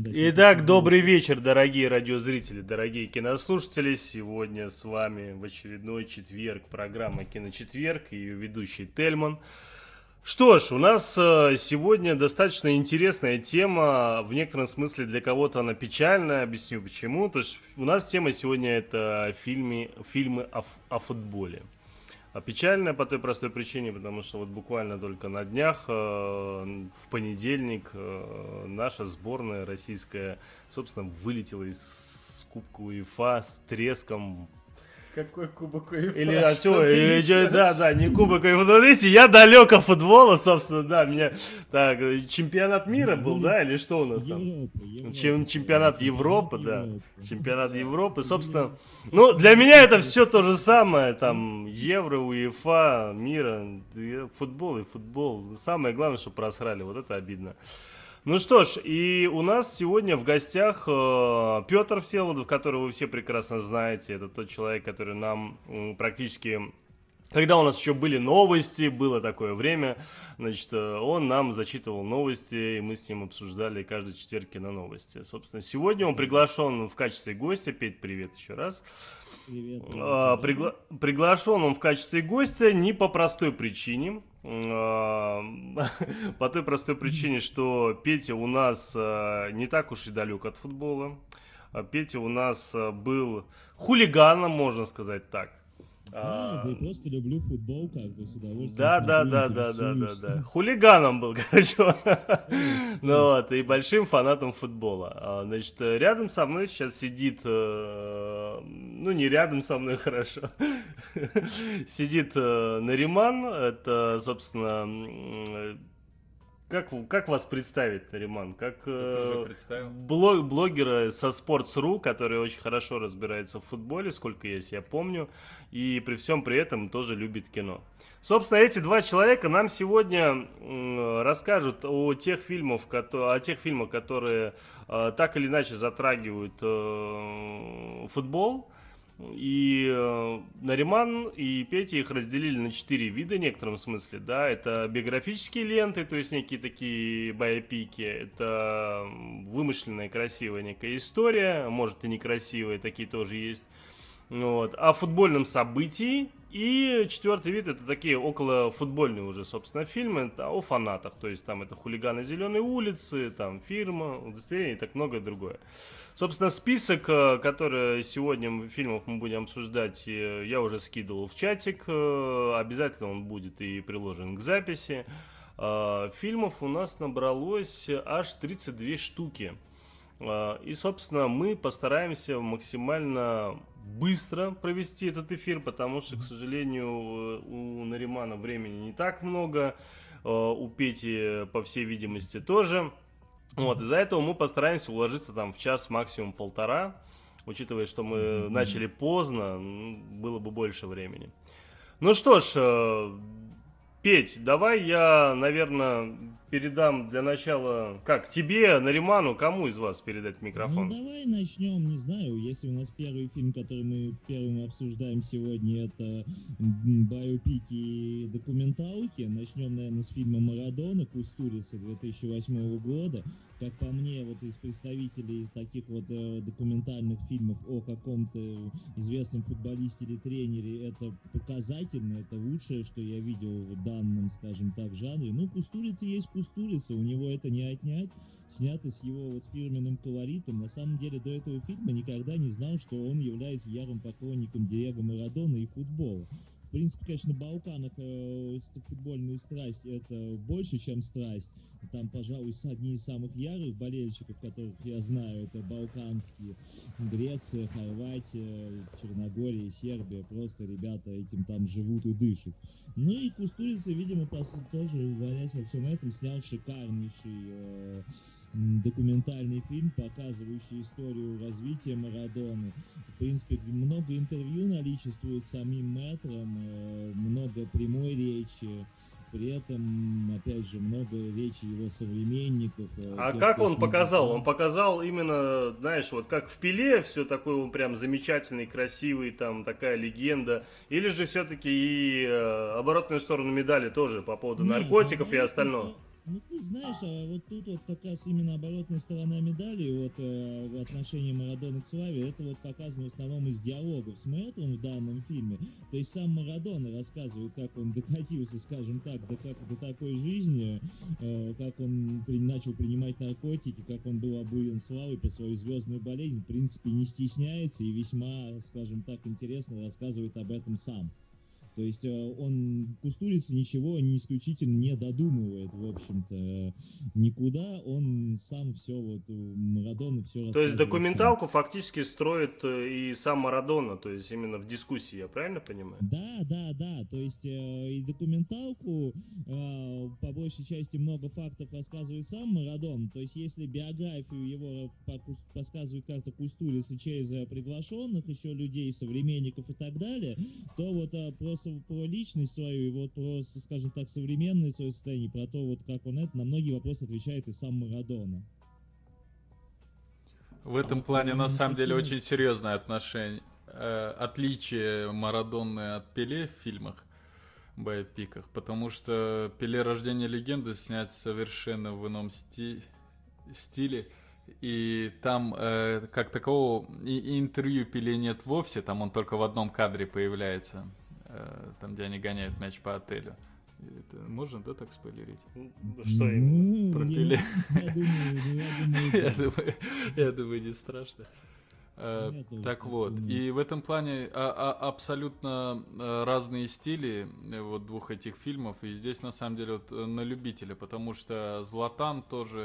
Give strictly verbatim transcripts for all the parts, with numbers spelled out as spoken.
Итак, добрый вечер, дорогие радиозрители, дорогие кинослушатели. Сегодня с вами в очередной четверг программа «Киночетверг» и ее ведущий Тельман. Что ж, у нас сегодня достаточно интересная тема, в некотором смысле для кого-то она печальная, объясню почему. То есть у нас тема сегодня это фильмы, фильмы о, о футболе. А печальная по той простой причине, потому что вот буквально только на днях, э, в понедельник, э, наша сборная российская, собственно, вылетела из Кубка УЕФА с треском. Какой Кубок УЕФА? Или а что, или, да, да, не Кубок УЕФА. Ну, видите, я далек от футбола, собственно, да, меня, так, чемпионат мира был, да, или что у нас там? Чем, чемпионат Европы, да, чемпионат Европы, собственно, ну, для меня это все то же самое, там, Евро, УЕФА, мира, футбол и футбол, самое главное, что просрали, вот это обидно. Ну что ж, и у нас сегодня в гостях э, Петр Всеволодов, которого вы все прекрасно знаете. Это тот человек, который нам э, практически, когда у нас еще были новости, было такое время, значит, э, он нам зачитывал новости, и мы с ним обсуждали каждый четверг киноновости. Собственно, сегодня он приглашен в качестве гостя. Петь, привет еще раз. Привет. Э, пригла- приглашен он в качестве гостя не по простой причине. По той простой причине, что Петя у нас не так уж и далек от футбола. Петя у нас был хулиганом, можно сказать так. Да, да и просто люблю футбол, как бы, с удовольствием Да, да, да, да, да, да, да. Хулиганом был, короче. Ну вот, и большим фанатом футбола. Значит, рядом со мной сейчас сидит, ну не рядом со мной, хорошо, сидит Нариман. Это, собственно, Как, как вас представить, Нариман? Как э, блог, блогера со Sports.ru, который очень хорошо разбирается в футболе, сколько я себя помню, и при всем при этом тоже любит кино. Собственно, эти два человека нам сегодня э, расскажут о тех фильмах, о тех фильмах, которые э, так или иначе затрагивают э, футбол. И э, Нариман и Петя их разделили на четыре вида в некотором смысле, да, это биографические ленты, то есть некие такие байопики, это вымышленная красивая некая история, может и некрасивые, такие тоже есть, вот, о футбольном событии. И четвертый вид это такие околофутбольные уже, собственно, фильмы о фанатах, то есть там это хулиганы Зеленой улицы, там фирма, удостоверение и так многое другое. Собственно, список, который сегодня фильмов мы будем обсуждать, я уже скидывал в чатик, обязательно он будет и приложен к записи. Фильмов у нас набралось аж тридцать две штуки. И, собственно, мы постараемся максимально быстро провести этот эфир, потому что, к сожалению, у Наримана времени не так много, у Пети, по всей видимости, тоже. Вот, из-за этого мы постараемся уложиться там в час, максимум полтора, учитывая, что мы начали поздно, было бы больше времени. Ну что ж, Петь, давай я, наверное, передам для начала, как, тебе, Нариману, кому из вас передать микрофон? Ну, давай начнем, не знаю, если у нас первый фильм, который мы первым обсуждаем сегодня, это байопики и документалки, начнем, наверное, с фильма «Марадона», Кустурица две тысячи восьмого года. Как по мне, вот из представителей таких вот э, документальных фильмов о каком-то известном футболисте или тренере, это показательно, это лучшее, что я видел в данном, скажем так, жанре. Ну, Кустурица есть Кустурица, у него это не отнять, снято с его вот фирменным колоритом. На самом деле, до этого фильма никогда не знал, что он является ярым поклонником Диего Марадона и футбола. В принципе, конечно, на Балканах э, футбольная страсть это больше, чем страсть. Там, пожалуй, одни из самых ярых болельщиков, которых я знаю, это балканские. Греция, Хорватия, Черногория, Сербия. Просто ребята этим там живут и дышат. Ну и Кустурица, видимо, тоже, валясь во всем этом, снял шикарнейший э, документальный фильм, показывающий историю развития Марадоны. В принципе, много интервью наличествует с самим мэтром, много прямой речи, при этом, опять же, много речи его современников. А тех, как он ним показал? был. Он показал именно, знаешь, вот как в «Пеле», все такой он прям замечательный, красивый, там такая легенда, или же все-таки и э, оборотную сторону медали тоже по поводу Нет, наркотиков и понятно, остального? что- Ну, ты знаешь, а вот тут вот как раз именно оборотная сторона медали, вот э, в отношении Марадоны к славе, это вот показано в основном из диалогов с мэтром в данном фильме. То есть сам Марадона рассказывает, как он докатился, скажем так, до, как, до такой жизни, э, как он при, начал принимать наркотики, как он был обурен славой по свою звездную болезнь. В принципе, не стесняется и весьма, скажем так, интересно рассказывает об этом сам. То есть он, Кустурица, ничего не исключительно не додумывает, в общем-то, никуда. Он сам все, вот, Марадона все рассказывает. То есть документалку сам. фактически строит и сам Марадона, то есть именно в дискуссии, я правильно понимаю? Да, да, да. То есть и документалку по большей части много фактов рассказывает сам Марадон. То есть если биографию его подсказывает как-то Кустурица через приглашенных еще людей, современников и так далее, то вот просто про личность свою и вот про, скажем так, современное свое состояние, про то, вот как он это, на многие вопросы отвечает и сам Марадона. В этом вот плане, на самом деле, очень серьезное отношение, э, отличие Марадоны от Пеле в фильмах, байопиках, потому что Пеле «Рождение легенды» снят совершенно в ином сти- стиле, и там э, как такового и, и интервью Пеле нет вовсе, там он только в одном кадре появляется, э, там, где они гоняют мяч по отелю. Это можно, да, так спойлерить? Что именно? Про Пеле. Я думаю, не страшно. Так вот, и в этом плане абсолютно разные стили вот двух этих фильмов, и здесь на самом деле вот на любителя, потому что «Златан» тоже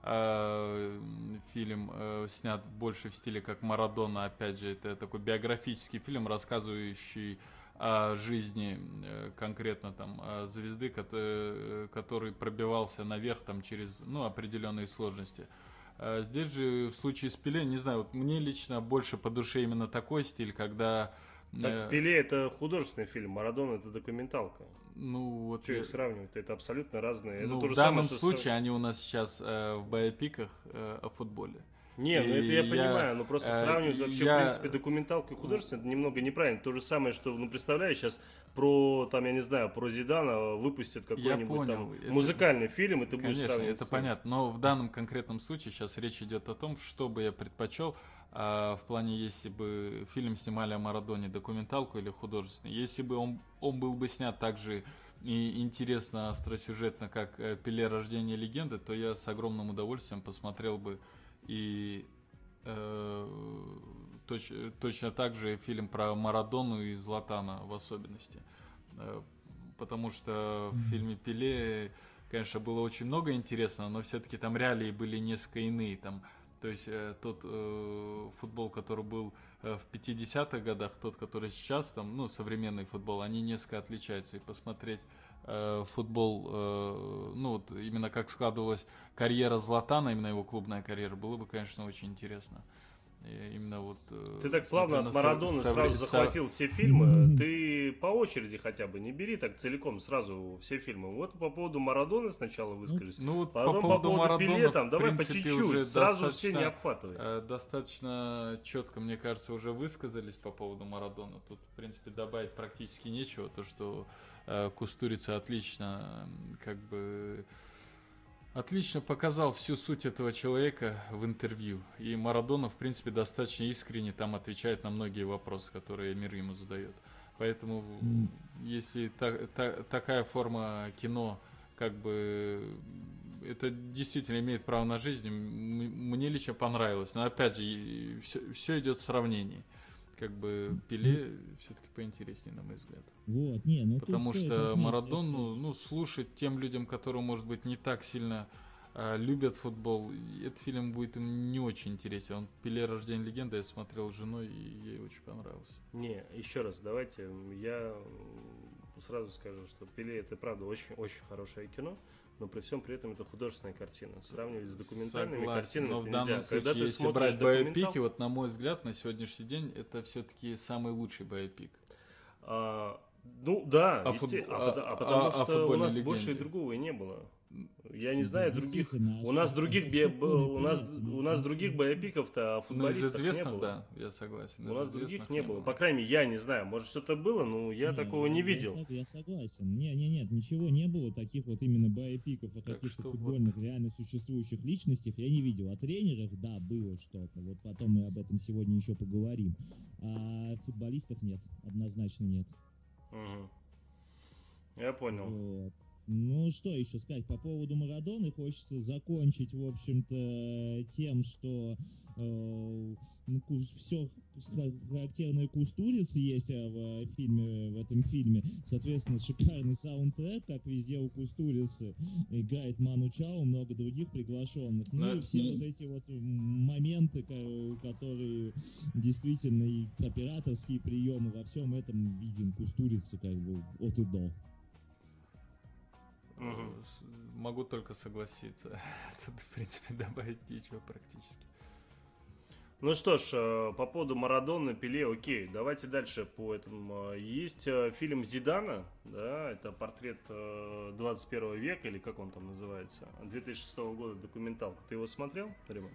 фильм снят больше в стиле как Марадона, опять же, это такой биографический фильм, рассказывающий о жизни конкретно там звезды, который, который пробивался наверх там через, ну, определенные сложности. Здесь же в случае с Пеле, не знаю, вот мне лично больше по душе именно такой стиль, когда... Так, Пеле это художественный фильм, Марадона это документалка. Ну вот. Что их сравнивать? Это абсолютно разные. Ну, это то в же данном самое, случае что... они у нас сейчас э, в байопиках э, о футболе. Не, ну это я, я понимаю, но просто э, сравнивать вообще, я... в принципе, документалку и художественное, это немного неправильно. То же самое, что, ну, представляешь, сейчас про, там, я не знаю, про Зидана выпустят какой-нибудь там это... музыкальный фильм, и ты Конечно, будешь сравнивать. Это понятно, но в данном конкретном случае сейчас речь идет о том, что бы я предпочел, а, в плане, если бы фильм снимали о Марадоне, документалку или художественный. Если бы он, он был бы снят так же и интересно, остросюжетно, как Пеле «Рождение легенды», то я с огромным удовольствием посмотрел бы и э, точ, точно так же фильм про Марадону и Златана в особенности. Э, потому что в фильме «Пеле», конечно, было очень много интересного, но все-таки там реалии были несколько иные. Там, то есть э, тот э, футбол, который был э, в пятидесятых годах, тот, который сейчас, там, ну, современный футбол, они несколько отличаются. И посмотреть э, футбол, э, ну, вот именно как складывалась карьера Златана, именно его клубная карьера, было бы, конечно, очень интересно. И именно вот, э, ты так плавно от Марадоны со- сразу со- захватил все фильмы, ты по очереди хотя бы, не бери так целиком сразу все фильмы. Вот по поводу Марадоны сначала выскажись, ну, вот потом по по поводу поводу Марадона, Пеле, там, в давай по принципе, чуть-чуть, уже сразу все достаточно, не обхватывай. э, достаточно четко, мне кажется, уже высказались по поводу Марадона. Тут, в принципе, добавить практически нечего. То, что э, Кустурица отлично, э, как бы... Отлично показал всю суть этого человека в интервью. И Марадона, в принципе, достаточно искренне там отвечает на многие вопросы, которые мир ему задает. Поэтому, mm. если та, та, такая форма кино, как бы, это действительно имеет право на жизнь, мне лично понравилось. Но, опять же, все, все идет в сравнении. Как бы Пеле все-таки поинтереснее, на мой взгляд. Вот, не, ну потому что Марадону, ну, слушать тем людям, которые, может быть, не так сильно э, любят футбол, этот фильм будет им не очень интересен. Он Пеле «Рождение легенды» я смотрел с женой, и ей очень понравился. Не, еще раз, давайте, я сразу скажу, что Пеле это правда очень-очень хорошее кино, но при всем при этом это художественная картина. Сравнивать с документальными Согласен, картинами но в данном нельзя. случае, Когда если брать байопики, вот на мой взгляд, на сегодняшний день, это все-таки самый лучший байопик. А, ну да, а, есте... фут... а, а, а потому а, что у нас легенде. Больше и другого и не было. Я не Да, знаю других. действительно, а У нас что- других а бе- что б- кроме у нас пилот? Ну, у нас ну, других ну, боепиков-то, а Ну, из футболистов не известных, было. да, я согласен. У Из нас известных других не было. По крайней мере, я не знаю. Может, что-то было, но я Не, такого я, не я видел. сог- я согласен. Не, не, нет, ничего не было таких вот именно боепиков о Так каких-то что футбольных реально существующих личностях я не видел. О тренерах, да, было что-то. Вот потом мы об этом сегодня еще поговорим. А футболистов нет, однозначно нет. Мгм. Я понял. Вот. Ну, что еще сказать по поводу Марадоны? Хочется закончить, в общем-то, тем, что э, ну, все характерные кустурицы есть э, в фильме, в этом фильме. Соответственно, шикарный саундтрек, как везде у Кустурицы. Играет Ману Чао, много других приглашенных. Ну, Да. и все вот эти вот моменты, ко- которые действительно и операторские приемы, во всем этом виден Кустурица как бы от и до. Мгм. Э, с- Могу только согласиться. Тут, в принципе, добавить нечего практически. Ну что ж, э, по поводу Марадоны, Пеле, окей, давайте дальше по этому. Э, Есть э, фильм Зидана, да, это портрет э, двадцать первого века, или как он там называется, две тысячи шестого года, документалка. Ты его смотрел, Риман?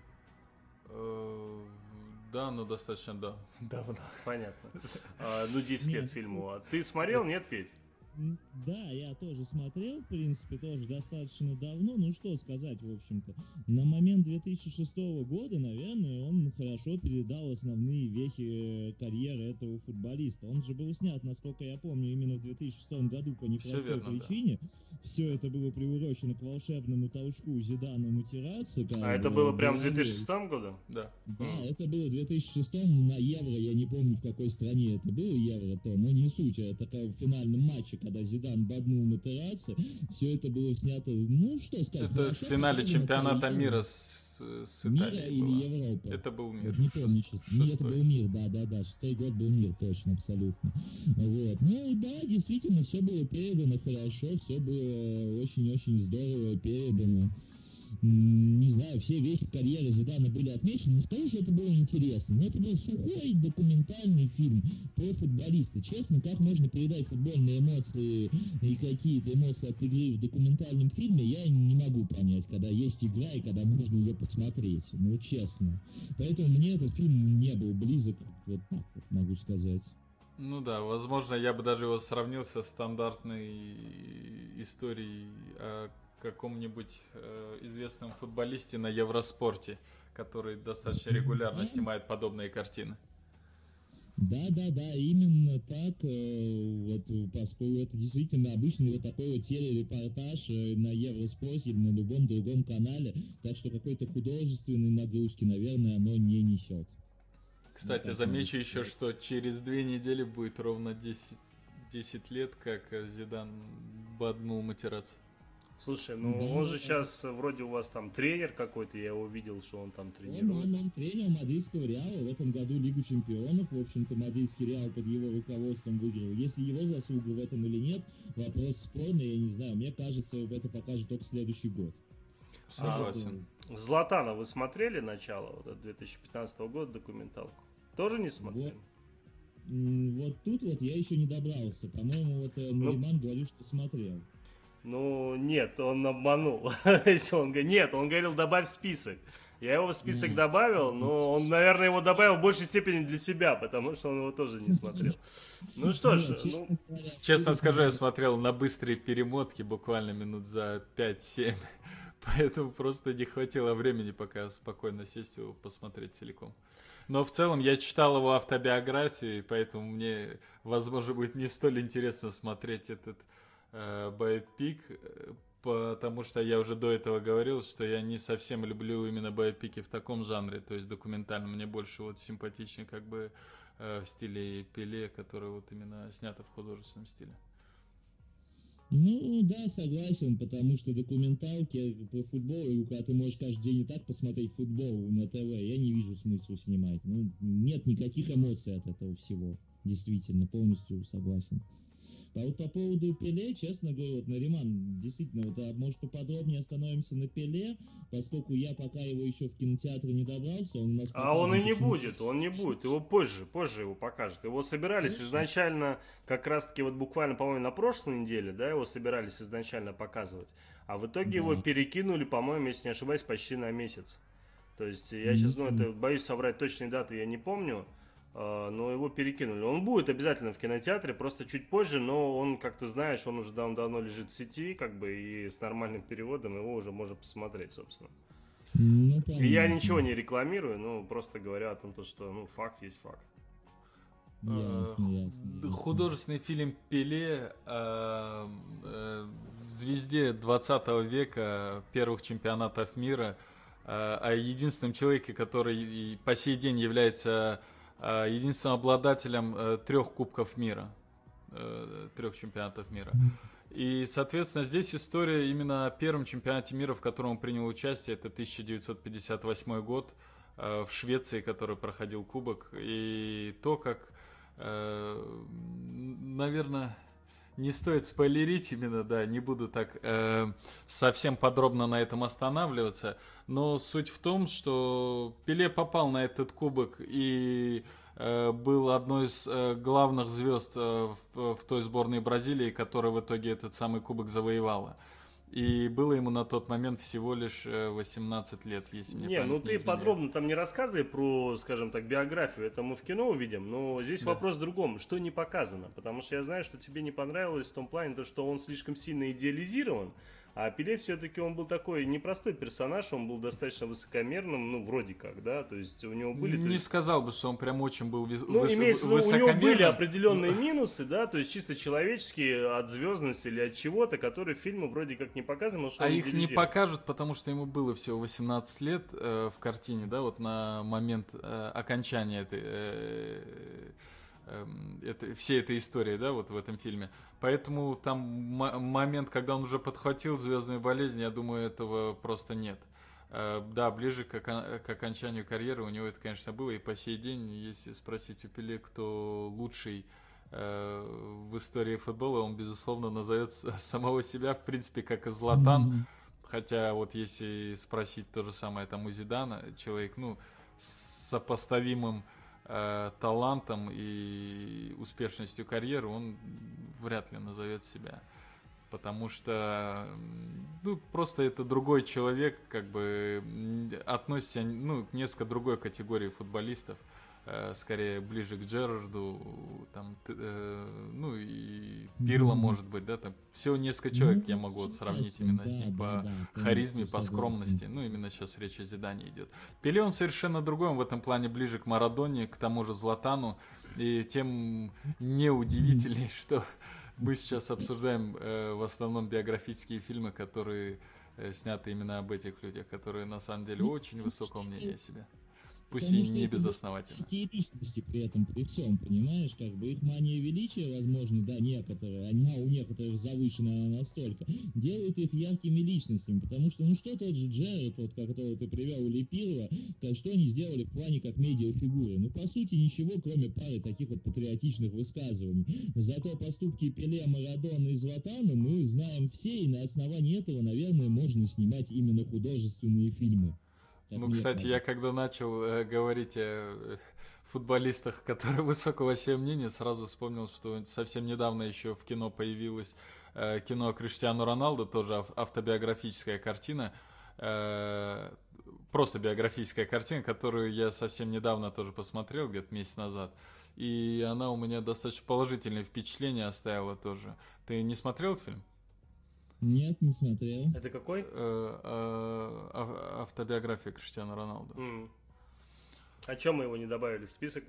Э, Да, но достаточно да, давно. Понятно. А, ну, десять лет Нет. фильму. А ты смотрел, нет, Петь? М, Да, я тоже смотрел, в принципе, тоже достаточно давно. Ну что сказать, в общем-то. На момент две тысячи шестого года, наверное, он хорошо передал основные вехи э, карьеры этого футболиста. Он же был снят, насколько я помню, именно в две тысячи шестом году по непростой верно, да. причине. Все это было приурочено к волшебному толчку Зидана Матераци. А это было прям в две тысячи шестом году? Да. Да, это было в две тысячи шестом на Евро, я не помню, в какой стране это было Евро-то, но не суть, это как в финальном матче, когда Зидан боднул Матераци, все это было снято, ну, что сказать, Это в хорошо финале показано чемпионата по мира Евро. с, с Мира Италией или было. Европа? Это был мир. Вот не помню, Шест- честно. Нет, это шестой. был мир, да, да, да. Шестой год был мир, точно, абсолютно. Вот. Ну да, действительно, все было передано хорошо, все было очень-очень здорово передано. М, Не знаю, все вехи карьеры Зидана были отмечены. Не скажу, что это было интересно, но это был сухой документальный фильм про футболиста. Честно, как можно передать футбольные эмоции и какие-то эмоции от игры в документальном фильме, я не могу понять, когда есть игра и когда можно ее посмотреть. Ну, честно. Поэтому мне этот фильм не был близок, вот так вот могу сказать. Ну да, возможно, я бы даже его сравнил со стандартной историей о каком-нибудь э, известном футболисте на Евроспорте, который достаточно регулярно Да. снимает подобные картины. Да, да, да, именно так, э, вот, э, поскольку это действительно обычный вот такой вот телерепортаж э, на Евроспорте или на любом другом канале, так что какой-то художественной нагрузки, наверное, оно не несет. Кстати, так замечу могу еще, сказать. что через две недели будет ровно десять, десять лет, как э, Зидан боднул Матераци. Слушай, ну Да, он да, же да. сейчас вроде у вас там тренер какой-то, я увидел, что он там Он, тренирует. он, он тренер мадридского Реала, в этом году Лигу Чемпионов, в общем-то, мадридский Реал под его руководством выиграл. Если его заслуга в этом или нет, вопрос спорный, я не знаю, мне кажется, это покажет только следующий год. Согласен. Златана вы смотрели начало, вот это две тысячи пятнадцатого года документалку? Тоже не смотрели? М, Вот тут вот я еще не добрался. По-моему, вот э, Ну. Нариман говорит, что смотрел. Ну, нет, он обманул. Если он говорит, нет, он говорил, добавь в список. Я его в список Нет. добавил, но он, наверное, его добавил в большей степени для себя, потому что он его тоже не смотрел. Ну что ж, Нет, ну, честно говоря, Честно фильм- скажу, я смотрел на быстрые перемотки буквально минут за пять-семь, поэтому просто не хватило времени, пока спокойно сесть его посмотреть целиком. Но в целом я читал его автобиографию, и поэтому мне, возможно, будет не столь интересно смотреть этот э, байопик, э, потому что я уже до этого говорил, что я не совсем люблю именно байопики в таком жанре, то есть документальном. Мне больше вот симпатичнее как бы э, в стиле Пеле, который вот именно снято в художественном стиле. Ну да, согласен, потому что документалки про футбол, и когда ты можешь каждый день и так посмотреть футбол на ТВ, я не вижу смысла снимать. Ну, нет никаких эмоций от этого всего. Действительно, полностью согласен. А вот по поводу Пеле, честно говоря, вот, Нариман, действительно, вот, а может поподробнее остановимся на Пеле, поскольку я пока его еще в кинотеатре не добрался, он у нас А он и не почему-то... будет, он не будет, его позже, позже его покажут. Его собирались Хорошо. изначально, как раз таки вот буквально, по-моему, на прошлой неделе, да, его собирались изначально показывать. А в итоге Да. его перекинули, по-моему, если не ошибаюсь, почти на месяц. То есть я сейчас, ну, это, боюсь соврать точные даты, я не помню, э, но его перекинули. Он будет обязательно в кинотеатре, просто чуть позже, но он, как ты знаешь, он уже дав- давно лежит в сети, как бы, и с нормальным переводом его уже можно посмотреть, собственно. Ну, И я понятно. ничего не рекламирую, ну, просто говорю о том, то, что, ну, факт есть факт. Ясно, ясно, ясно. Художественный фильм «Пеле» э, э, звезде двадцатого века, первых чемпионатов мира, э, о единственном человеке, который по сей день является э, единственным обладателем э, трех кубков мира, э, трех чемпионатов мира. И, соответственно, здесь история именно о первом чемпионате мира, в котором он принял участие, это тысяча девятьсот пятьдесят восьмой год э, в Швеции, который проходил кубок, и то, как наверное, не стоит спойлерить именно, да, не буду так э, совсем подробно на этом останавливаться, но суть в том, что Пеле попал на этот кубок и э, был одной из э, главных звезд э, в, в той сборной Бразилии, которая в итоге этот самый кубок завоевала. И было ему на тот момент всего лишь восемнадцать лет, если мне Не, память ну не ты изменяет. подробно там не рассказывай про, скажем так, биографию, это мы в кино увидим, но здесь Да. вопрос в другом, что не показано, потому что я знаю, что тебе не понравилось в том плане, то, что он слишком сильно идеализирован, а Пеле все-таки он был такой непростой персонаж, он был достаточно высокомерным, ну, вроде как, да, то есть у него были... то Не есть- сказал бы, что он прям очень был вис- Ну, выс- имеется в виду, у него высокомерным. были определенные минусы, да, то есть чисто человеческие, от звездности или от чего-то, которые фильмы вроде как не показаны, потому что А он их не идеализирован. покажут, потому что ему было всего восемнадцать лет э, в картине, да, вот на момент э, окончания этой, э, э, этой, всей этой истории, да, вот в этом фильме. Поэтому там м- момент, когда он уже подхватил звездную болезнь, я думаю, этого просто нет. Э, да, ближе к, окон- к окончанию карьеры у него это, конечно, было, и по сей день, если спросить у Пеле, кто лучший э, в истории футбола, он, безусловно, назовет с- самого себя, в принципе, как и Златан. Мгм. Хотя вот если спросить то же самое там у Зидана, человек, ну, с сопоставимым э, талантом и успешностью карьеры, он вряд ли назовет себя. Потому что, м, ну, просто это другой человек, как бы м, относится, ну, к несколько другой категории футболистов. э, Скорее ближе к Джерарду, там, т- э, ну и Пирло, Мгм. может быть, да, там всего несколько человек Ну, я могу вот сравнить согласен, именно с да, ним да, по да, харизме, полностью по скромности. согласен. Ну, именно сейчас речь о Зидане идет. Пеле, он совершенно другой, он в этом плане ближе к Марадоне, к тому же Златану. И тем неудивительней, что мы сейчас обсуждаем э, в основном биографические фильмы, которые э, сняты именно об этих людях, которые на самом деле очень высокого мнения о себе. Пусть Потому и что не это безосновательно. такие личности при этом, при всем, понимаешь, как бы их мания величия, возможно, да, некоторые, она у некоторых завышена настолько, делает их яркими личностями, потому что, ну что тот же Джеред, вот, которого ты привел, или Пирло, то что они сделали в плане как медиафигуры? Ну, по сути, ничего, кроме пары таких вот патриотичных высказываний. Зато поступки Пеле, Марадона и Златана мы знаем все, и на основании этого, наверное, можно снимать именно художественные фильмы. Как Ну, мне кстати, я кажется. когда начал э, говорить о э, футболистах, которые высокого себе мнения, сразу вспомнил, что совсем недавно еще в кино появилось э, кино о Криштиану Роналду, тоже ав- автобиографическая картина, э, просто биографическая картина, которую я совсем недавно тоже посмотрел, где-то месяц назад, и она у меня достаточно положительные впечатления оставила тоже. Ты не смотрел этот фильм? Нет, не смотрел. Это какой? Э, э, ав- автобиография Криштиану Роналду. М. А чем мы его не добавили в список?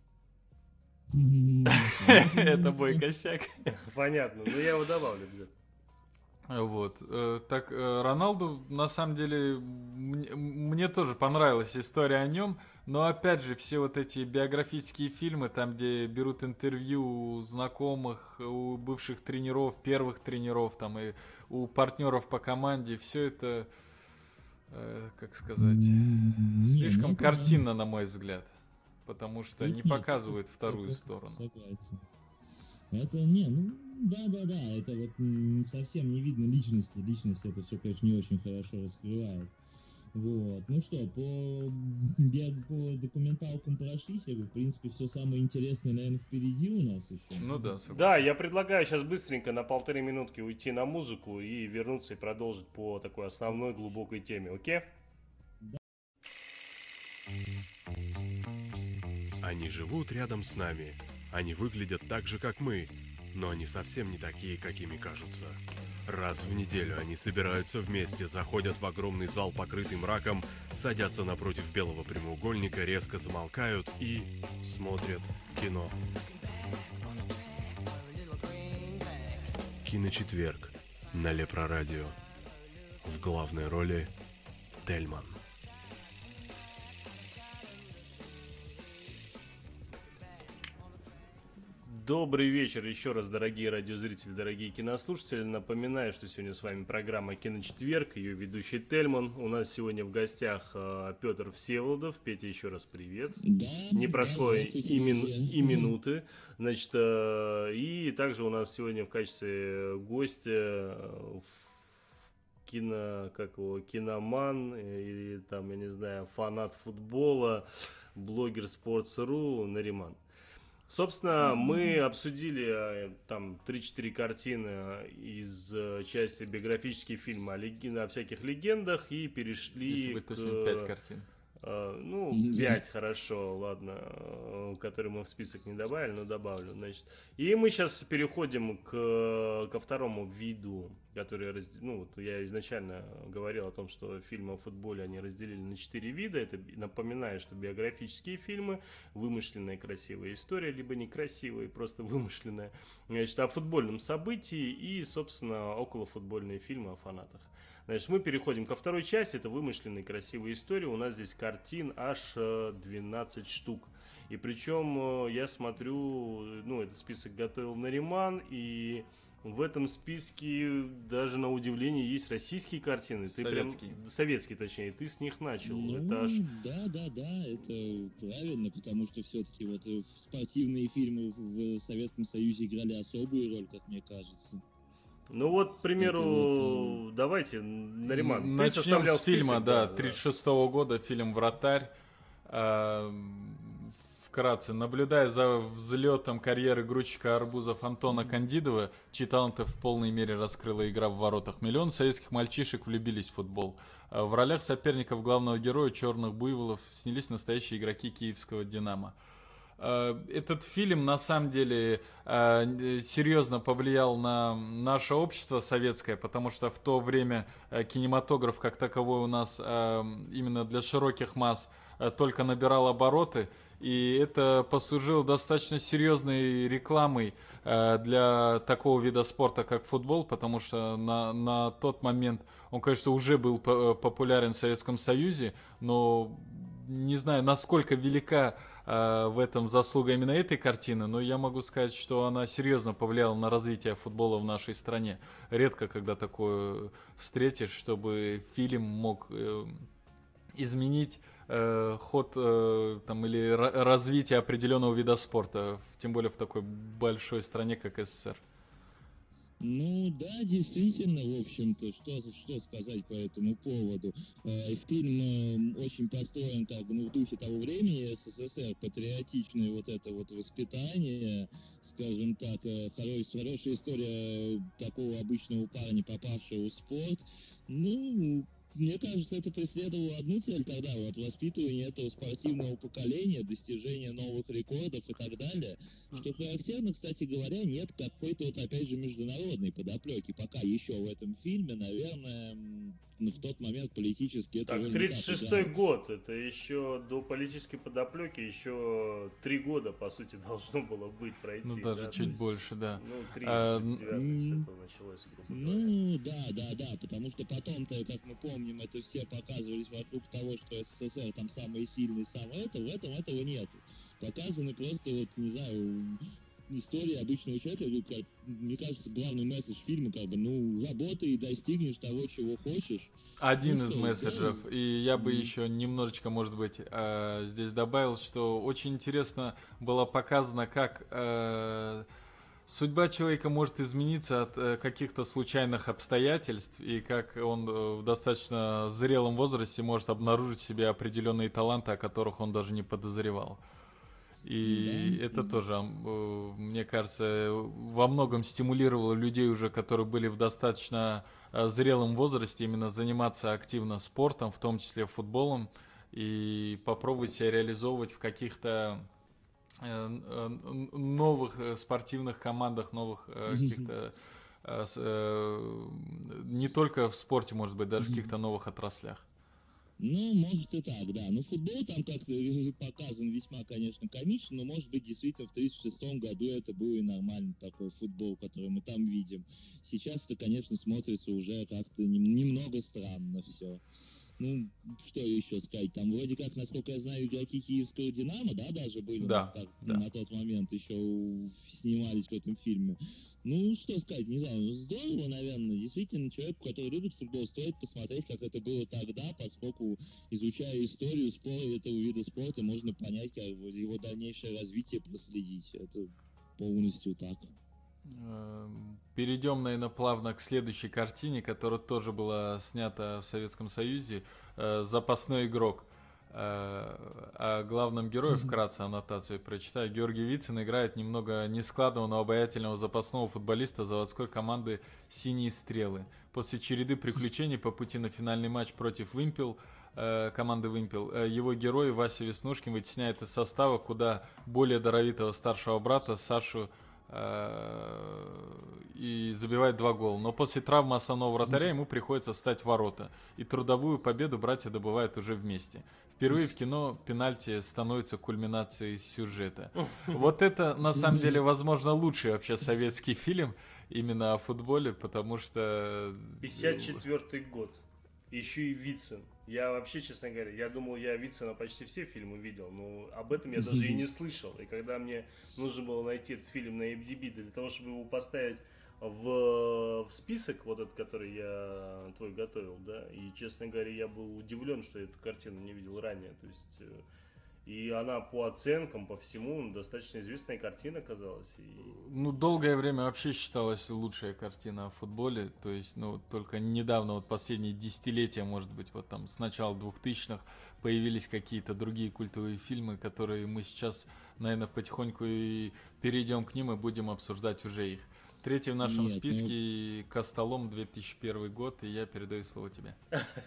Это мой косяк. Понятно, но я его добавлю обязательно. Вот. э, Так, э, Роналду, на самом деле, мне, мне тоже понравилась история о нем, но, опять же, все вот эти биографические фильмы, там, где берут интервью у знакомых, у бывших тренеров, первых тренеров, там, и у партнеров по команде, все это, э, как сказать, Не, слишком ну, это картинно, на мой взгляд, потому что Тут не нет, показывают тут вторую согласен, сторону. Согласен. Это, не, ну, да-да-да, это вот м, совсем не видно личности. Личность это все, конечно, не очень хорошо раскрывает. Вот. Ну что, по, био- по документалкам прошлись, я говорю, в принципе, все самое интересное, наверное, впереди у нас еще. Ну да, Да, согласен. я предлагаю сейчас быстренько на полторы минутки уйти на музыку и вернуться и продолжить по такой основной глубокой теме, окей? Они живут рядом с нами. Они выглядят так же, как мы, но они совсем не такие, какими кажутся. Раз в неделю они собираются вместе, заходят в огромный зал, покрытый мраком, садятся напротив белого прямоугольника, резко замолкают и смотрят кино. Киночетверг на Лепрорадио. В главной роли Тельман. Добрый вечер еще раз, дорогие радиозрители, дорогие кинослушатели. Напоминаю, что сегодня с вами программа «Киночетверг», ее ведущий Тельман. У нас сегодня в гостях э, Петр Всеволодов. Петя, еще раз привет. Да, Не прошло да, и, здравствуйте, мину- друзья. и минуты. Значит, э, и также у нас сегодня в качестве гостя э, в кино, как его, киноман, э, или там, я не знаю, фанат футбола, блогер Sports.ru Нариман. Собственно, мы обсудили э, там три-четыре картины из э, части биографических фильмов о, лег- о всяких легендах и перешли Если быть к... точнее, пять картин. э, ну, Мгм. пять, хорошо, ладно, э, которые мы в список не добавили, но добавлю, значит. И мы сейчас переходим к, ко второму виду, который, раз- ну, вот я изначально говорил о том, что фильмы о футболе они разделили на четыре вида. Это, напоминаю, что биографические фильмы, вымышленная красивая история, либо некрасивая, просто вымышленная, значит, о футбольном событии и, собственно, околофутбольные фильмы о фанатах. Значит, мы переходим ко второй части, это вымышленные красивые истории. У нас здесь картин аж э, двенадцать штук. И причем э, я смотрю, ну, этот список готовил Нариман, и в этом списке даже на удивление есть российские картины. Ты прям- Советские. советские, точнее, ты с них начал. Ну, Это аж... да, да, да, это правильно, потому что все-таки вот э, спортивные фильмы в Советском Союзе играли особую роль, как мне кажется. Ну вот, к примеру, Это вот, давайте, Нариман, ты Начнем составлял с фильма, список, да, тридцать шестого года, фильм «Вратарь». А, Вкратце, наблюдая за взлетом карьеры грузчика арбузов Антона Кандидова, чьи таланты в полной мере раскрыла игра в воротах, миллион советских мальчишек влюбились в футбол. А в ролях соперников главного героя «Черных буйволов» снялись настоящие игроки киевского «Динамо». Этот фильм на самом деле серьезно повлиял на наше общество советское, потому что в то время кинематограф как таковой у нас именно для широких масс только набирал обороты, и это послужило достаточно серьезной рекламой для такого вида спорта, как футбол, потому что на, на тот момент он, конечно, уже был популярен в Советском Союзе, но не знаю, насколько велика э, в этом заслуга именно этой картины, но я могу сказать, что она серьезно повлияла на развитие футбола в нашей стране. Редко, когда такое встретишь, чтобы фильм мог э, изменить э, ход э, там, или ра- развитие определенного вида спорта, тем более в такой большой стране, как СССР. Ну да, действительно, в общем-то, что, что сказать по этому поводу. Э, Фильм э, очень построен как бы, ну, в духе того времени, СССР, патриотичное вот это вот воспитание, скажем так, э, хорош- хорошая история такого обычного парня, попавшего в спорт. Ну, мне кажется, это преследовало одну цель тогда, вот воспитывание этого спортивного поколения, достижение новых рекордов и так далее. Что характерно, кстати говоря, нет какой-то вот опять же международной подоплеки. Пока еще в этом фильме, наверное, м, ну, в тот момент политически это Так, роль не тридцать так шестой играло. год, это еще до политической подоплеки, еще три года, по сути, должно было быть пройти. Ну, даже да, чуть то есть, больше, да. Ну, А, тридцать девятый м, с этого началось, грубо говоря. Ну, да, да, да, потому что потом-то, как мы помним, это все показывались вокруг того, что СССР там самый сильный, самое это, в этом этого нету. Показаны просто вот, не знаю, история обычного человека, ну, как, мне кажется, главный месседж фильма, как бы, ну, работай и достигнешь того, чего хочешь. Один Ну из что, месседжев, да. и я бы Мгм. еще немножечко, может быть, э, здесь добавил, что очень интересно было показано, как э, Судьба человека может измениться от э, каких-то случайных обстоятельств, и как он э, в достаточно зрелом возрасте может обнаружить в себе определенные таланты, о которых он даже не подозревал. И Да. это тоже, э, мне кажется, во многом стимулировало людей уже, которые были в достаточно э, зрелом возрасте, именно заниматься активно спортом, в том числе футболом, и попробовать себя реализовывать в каких-то новых спортивных командах, новых каких-то не только в спорте, может быть, даже в каких-то новых отраслях. Ну, может и так, да. Ну, футбол там как-то показан весьма, конечно, комично, но, может быть, действительно в тридцать шестом году это был и нормальный такой футбол, который мы там видим. Сейчас это, конечно, смотрится уже как-то немного странно все. Ну, что еще сказать, там вроде как, насколько я знаю, игроки Киевского «Динамо», да, даже были да, на, старт, да. на тот момент, еще снимались в этом фильме. Ну, что сказать, не знаю, здорово, наверное, действительно, человеку, который любит футбол, стоит посмотреть, как это было тогда, поскольку, изучая историю спорта, этого вида спорта, можно понять, как его дальнейшее развитие проследить. Это полностью так. Перейдем, наверное, плавно к следующей картине, которая тоже была снята в Советском Союзе. «Запасной игрок». О главном герое вкратце аннотацию прочитаю. Георгий Вицин играет немного нескладного, но обаятельного запасного футболиста заводской команды «Синие стрелы». После череды приключений по пути на финальный матч против «Вымпел», команды «Вымпел», его герой Вася Веснушкин вытесняет из состава куда более даровитого старшего брата Сашу и забивает два гола. Но после травмы основного вратаря ему приходится встать в ворота. И трудовую победу братья добывают уже вместе. Впервые в кино пенальти становится кульминацией сюжета. Вот это, на самом деле, возможно, лучший вообще советский фильм именно о футболе, потому что... пятьдесят четвёртый год. Еще и Вицин. Я вообще, честно говоря, я думал, я Вицина почти все фильмы видел, но об этом я даже и не слышал. И когда мне нужно было найти этот фильм на IMDb для того, чтобы его поставить в, в список, вот этот, который я твой готовил, да, и, честно говоря, я был удивлен, что я эту картину не видел ранее. То есть, и она по оценкам, по всему, достаточно известная картина оказалась. И... Ну, долгое время вообще считалась лучшая картина о футболе. То есть, ну, только недавно, вот последние десятилетия, может быть, вот там с начала двухтысячных появились какие-то другие культовые фильмы, которые мы сейчас, наверное, потихоньку и перейдем к ним и будем обсуждать уже их. Третий в нашем Нет, списке ну... «Костолом», две тысячи первый год, и я передаю слово тебе.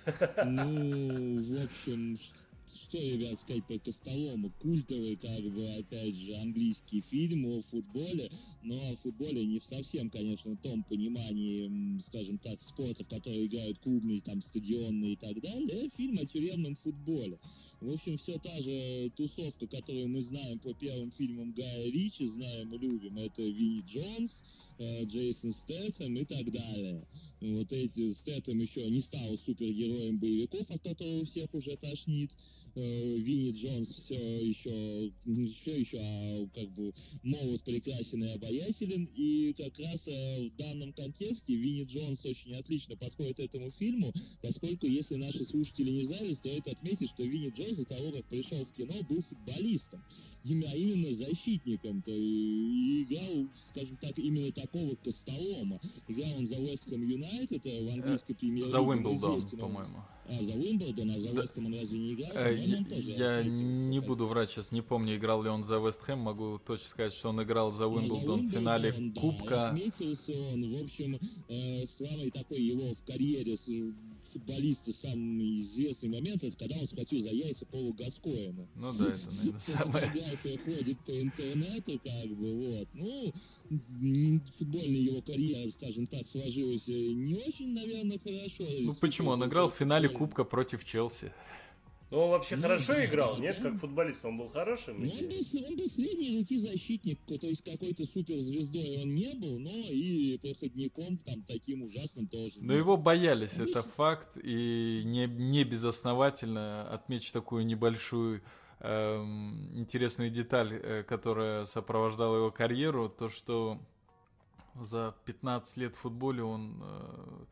Ну, в общем... Что, ребят, сказать по «Костолому»? Культовый, как бы, опять же, английский фильм о футболе, но о футболе не в совсем, конечно, том понимании, скажем так, спорта, в который играют клубные, там, стадионные и так далее, фильм о тюремном футболе. В общем, все та же тусовка, которую мы знаем по первым фильмам Гая Ричи, знаем и любим, это Винни Джонс, Джейсон Стэтхэм и так далее. Вот эти, Стэтхэм еще не стал супергероем боевиков, от которого всех уже тошнит. Винни Джонс все еще, все еще как бы молод, прекрасен и обаятелен, и как раз в данном контексте Винни Джонс очень отлично подходит этому фильму, поскольку, если наши слушатели не знали, стоит отметить, что Винни Джонс до того, как пришел в кино, был футболистом, а именно защитником, то и играл, скажем так, именно такого Костолома. Играл он за Вест Хэм Юнайтед в английской премьер-лиге. За Уимблдон, по-моему. А, за Уимблдон, а за Вест Хэм он разве не играл? Э, я не буду врать, сейчас не помню, играл ли он за Вест Хэм, могу точно сказать, что он играл за Уимблдон в финале да, Кубка. Отметился он, в общем, э, самый такой его в карьере футболиста самый известный момент, это когда он схватил за яйца Полу Гаскоэна. Ну да, это, наверное, самое... Фотография ходит по интернету, как бы, вот. Ну, футбольная его карьера, скажем так, сложилась не очень, наверное, хорошо. Ну почему? Он играл в финале Кубка против Челси. Ну, он вообще ну, хорошо да, играл, да, нет? Да. Как футболист он был хорошим? Ну, он был, он был средней руки защитник, то есть какой-то суперзвездой он не был, но и проходником там таким ужасным тоже. Но его боялись, он это был... факт, и не, не безосновательно отмечу такую небольшую эм, интересную деталь, э, которая сопровождала его карьеру, то, что за пятнадцать лет в футболе он... Э,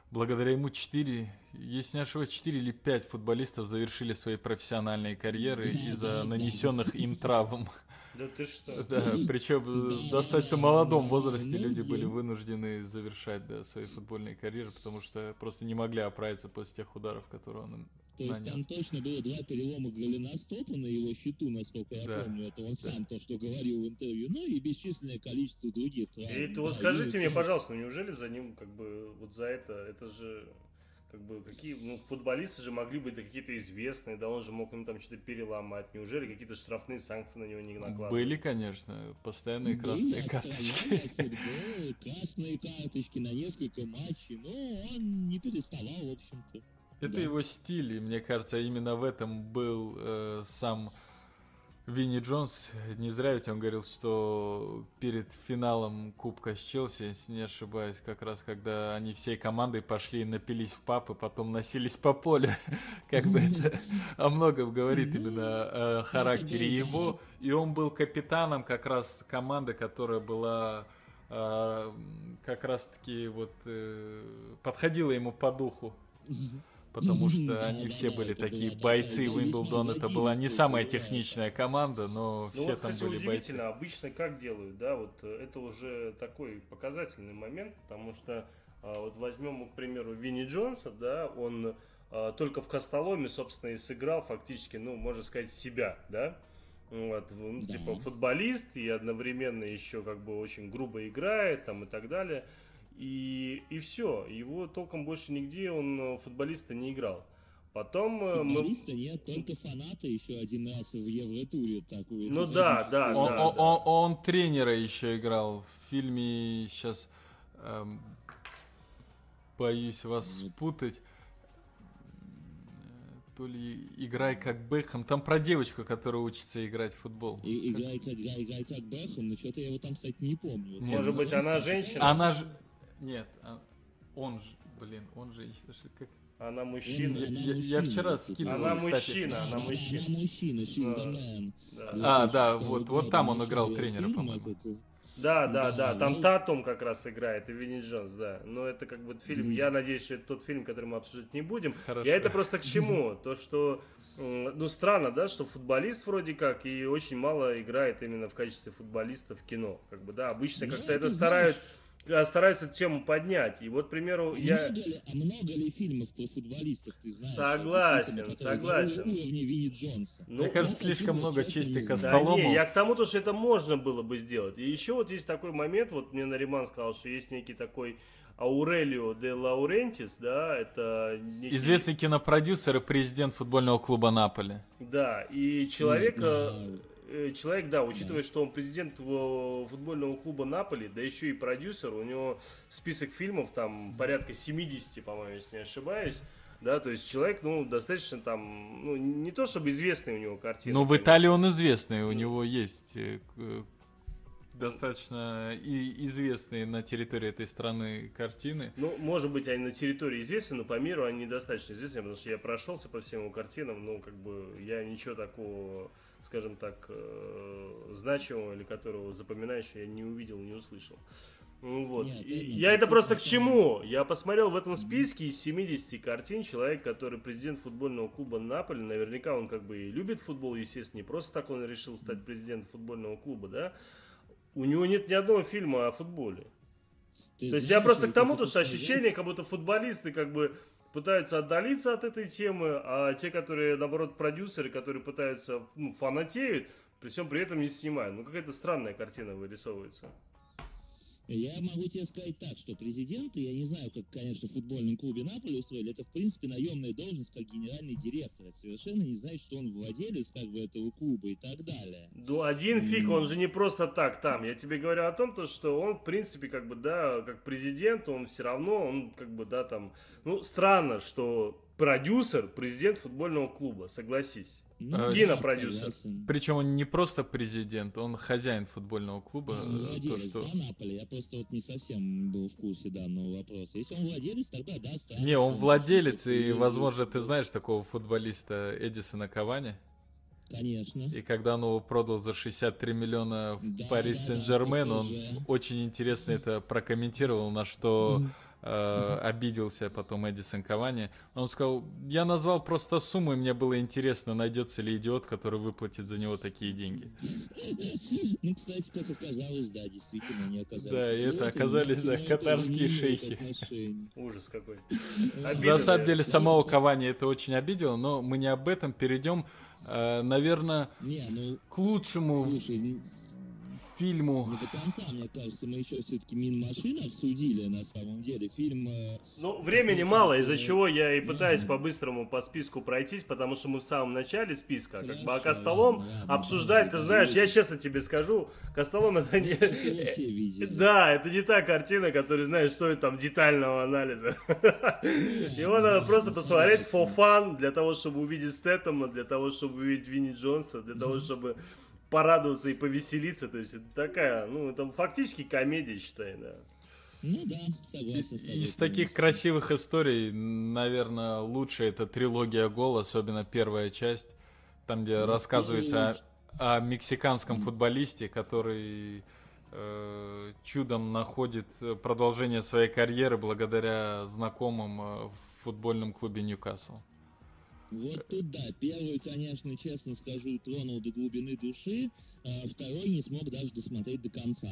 благодаря ему четыре, если не ошибаюсь, четыре или пять футболистов завершили свои профессиональные карьеры из-за нанесенных им травм. Да ты что? Да, причем в достаточно молодом возрасте люди были вынуждены завершать, да, свои футбольные карьеры, потому что просто не могли оправиться после тех ударов, которые он им То есть нанес. там точно было два перелома голеностопа на его счету, насколько я Да. помню. Это он Да. сам то, что говорил в интервью. Ну и бесчисленное количество других травм. И то вот Да, скажите и мне, это- пожалуйста, ну неужели за ним как бы вот за это, это же как бы какие, ну футболисты же могли быть какие-то известные, да, он же мог им там что-то переломать. Неужели какие-то штрафные санкции на него не накладывали? Были, конечно, постоянные Были красные отстранения карточки. от футбола, красные карточки на несколько матчей, но он не переставал, в общем-то. Это Да. его стиль, и мне кажется, именно в этом был э, сам Винни Джонс. Не зря ведь он говорил, что перед финалом Кубка с Челси, если не ошибаюсь, как раз когда они всей командой пошли, напились в паб и потом носились по полю. Как бы это о многом говорит именно о характере его. И он был капитаном как раз команды, которая была э, как раз-таки вот э, подходила ему по духу. Потому что Да, они да, все да, были это такие была бойцы. такая Уимблдон весьма это была не задиристая самая была, техничная команда, но Ну все вот, там кстати, были бойцы. удивительно, обычно как делают, да, вот э, это уже такой показательный момент, потому что а, вот возьмем, к примеру, Винни Джонса, да, он а, только в Костоломе, собственно, и сыграл фактически, ну, можно сказать, себя, да, вот, в- ну, Да. типа футболист и одновременно еще как бы очень грубо играет там и так далее, и, и все, его толком больше нигде он э, футболиста не играл. Потом э, мы... Футболиста нет, только фаната еще один раз в Евротуре такую. Ну да, да, Он, да. он- он- он тренера еще играл в фильме, сейчас боюсь вас Вот. спутать. То ли «Играй как Бэкхэм». Там про девочку, которая учится играть в футбол. И, играй, как, играй, играй как Бэкхэм, но что-то я его там, кстати, не помню. Вот Может Винни быть, Джонс она там женщина? хотя- Она же... Нет, а- он же, блин, он же... еще ж как- Она мужчина. Он- Я- она я- я мужчина, вчера кстати. скидывал, Она кстати. мужчина, она Да, мужчина. Она мужчина, she's Да. the man. Да. А, да, две тысячи шестого вот- вот года там он вышел играл тренера, фильм по-моему. этот, Да, да, да, Да, там ну- Татум как раз играет, и Винни Джонс, да. Но это как бы фильм, Мгм. я надеюсь, что это тот фильм, который мы обсуждать не будем. Хорошо. Я это просто к чему? То, что, м, ну, странно, да, что футболист вроде как и очень мало играет именно в качестве футболиста в кино. Как бы, да, обычно Ну, как-то это это знаешь- старают, а, стараются эту тему поднять. И вот, к примеру, А, я... много ли, а много ли фильмов про футболистов ты знаешь? Согласен, действительно, которые согласен. уровня Винни Джонса? Ну, Мне кажется, ну, слишком фильмы, много честно, чести не знаю. Да Костолому. не, я к тому, то, что это можно было бы сделать. И еще вот есть такой момент, вот мне Нариман сказал, что есть некий такой Аурелио де Лаурентис, да, это некий... Известный кинопродюсер и президент футбольного клуба Наполи. Да, и человек, Ну, э, да. э, человек, да, учитывая, что он президент э, футбольного клуба Наполи, да еще и продюсер, у него список фильмов там порядка семьдесят, по-моему, если не ошибаюсь. Да, то есть человек, ну, достаточно там, ну, не то чтобы известный у него картины. Ну, в конечно. Италии он известный, у Ну. него есть э, к- достаточно и- известные на территории этой страны картины. Ну, может быть, они на территории известны, но по миру они недостаточно известны, потому что я прошелся по всем его картинам, ну, как бы, я ничего такого, скажем так, э, значимого или которого запоминающего я не увидел, не услышал. Ну, вот. Нет, И именно, я это такие просто к картины. чему? Я посмотрел в этом списке из семидесяти картин человек, который президент футбольного клуба Наполи, наверняка он как бы и любит футбол, естественно, не просто так он решил стать президентом футбольного клуба, да? У него нет ни одного фильма о футболе. Ты То есть знаешь, я просто я к тому, тебе то, что хочу сказать, ощущение, как будто футболисты как бы пытаются отдалиться от этой темы, а те, которые, наоборот, продюсеры, которые пытаются, ну, фанатеют, при всем при этом не снимают. Ну, какая-то странная картина вырисовывается. Я могу тебе сказать так, что президенты, я не знаю, как, конечно, в футбольном клубе Наполи устроили, это, в принципе, наемная должность как генеральный директор. Это совершенно не значит, что он владелец как бы этого клуба и так далее. Ну, один фиг, он же не просто так там. Я тебе говорю о том, то, что он, в принципе, как бы, да, как президент, он все равно, он, как бы, да, там... Ну, странно, что продюсер, президент футбольного клуба, согласись. Ну, А, да, кинопродюсер. согласен. Причем он не просто президент, он хозяин футбольного клуба. Он э, То, владелец, что... да, Наполи? Я просто вот не совсем был в курсе данного вопроса. Если он владелец, тогда да, странно. Не, что он владелец, и, ездит. возможно, ты знаешь такого футболиста Эдисона Кавани. Конечно. И когда он его продал за шестьдесят три миллиона в Да, Пари да, да, Сен-Жермен, в он ПСЖ. очень интересно это прокомментировал, на что э, обиделся потом Эдисон Кавани. Он сказал, я назвал просто сумму, и мне было интересно, найдется ли идиот, который выплатит за него такие деньги. Ну, кстати, как оказалось, да, действительно, не оказались. Да, и это оказались, да, катарские шейхи. Ужас какой. На самом деле, самого Кавани это очень обидело, но мы не об этом. Перейдем, э, наверное, Не, ну, к лучшему слушай, фильму. не до конца, мне кажется, мы еще все-таки Мин Машин обсудили, на самом деле. Фильм... э, Ну, времени мне мало, кажется, из-за чего я и пытаюсь да. по-быстрому по списку пройтись, потому что мы в самом начале списка, как бы, а Хорошо, Костолом ладно, ладно, обсуждать, давай, ты знаешь, давай. я честно тебе скажу, Костолом это не... Это всего все видели. Да, это не та картина, которая, знаешь, стоит там детального анализа. Его ладно, надо просто ладно, посмотреть согласен. for fun, для того, чтобы увидеть Стэттема, для того, чтобы увидеть Винни Джонса, для того, чтобы порадоваться и повеселиться. То есть это такая, ну, это фактически комедия, считай, да. Ну да, согласен с тобой. Из таких полностью. красивых историй, наверное, лучше это трилогия «Гол», особенно первая часть, там, где Ну, рассказывается первая- о, о мексиканском футболисте, который э, чудом находит продолжение своей карьеры благодаря знакомым э, в футбольном клубе «Ньюкасл». Вот тут да, первый, конечно, честно скажу, тронул до глубины души, а второй не смог даже досмотреть до конца.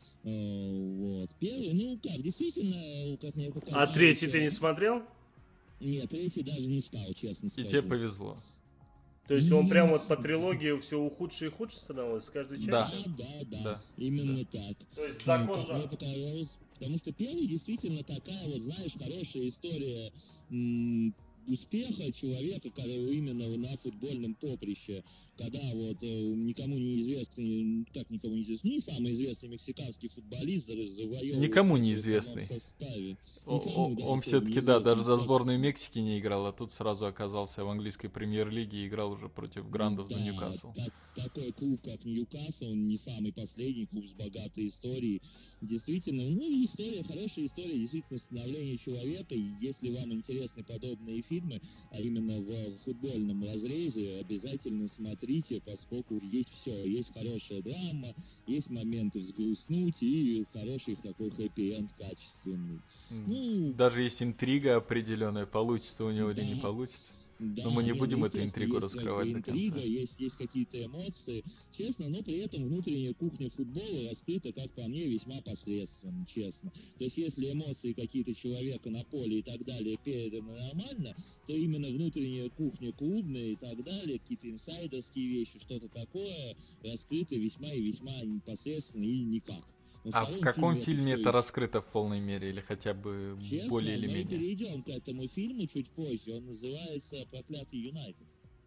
Э, Вот. Первый, ну как, действительно, как мне показалось... А третий ты не э, смотрел? Нет, третий даже не стал, честно И скажу. тебе повезло. То есть он прям вот по трилогии все худше и худше становилось с каждой Да. частью? Да, да, да, Да. именно так. То есть Ну, закон как же... мне показалось, потому что первый действительно такая вот, знаешь, хорошая история м, успеха человека, который именно на футбольном поприще, когда вот э, никому не известный, как никому не известный, не самый известный мексиканский футболист завоевывает Никому место в неизвестный. основном составе. О- Никому, о- да, Он особо все-таки, да, неизвестный, даже за скажем. сборную Мексики не играл, а тут сразу оказался в английской премьер-лиге и играл уже против Грандов за Да, Ньюкасл. так- такой клуб, как Ньюкасл, он не самый последний клуб с богатой историей. Действительно, ну, история, хорошая история, действительно, становление человека. И если вам интересны подобные фильмы, а именно в футбольном разрезе, обязательно смотрите, поскольку есть все. Есть хорошая драма, есть моменты взгрустнуть и хороший такой хэппи-энд качественный. Ну, Даже есть интрига определенная, получится у него или не Да. получится. Да, Но мы не нет, будем эту естественно, интригу есть как бы раскрывать до интрига, конца. есть, есть какие-то эмоции, честно, но при этом внутренняя кухня футбола раскрыта, как по мне, весьма посредственно, честно. То есть если эмоции какие-то человека на поле и так далее переданы нормально, то именно внутренняя кухня клубная и так далее, какие-то инсайдерские вещи, что-то такое, раскрыто весьма и весьма непосредственно и никак. Во А в втором каком фильме фильме всё это есть. раскрыто в полной мере или хотя бы Честно, более или мы менее? перейдем к этому фильму чуть позже. Он называется «Проклятый Юнайтед».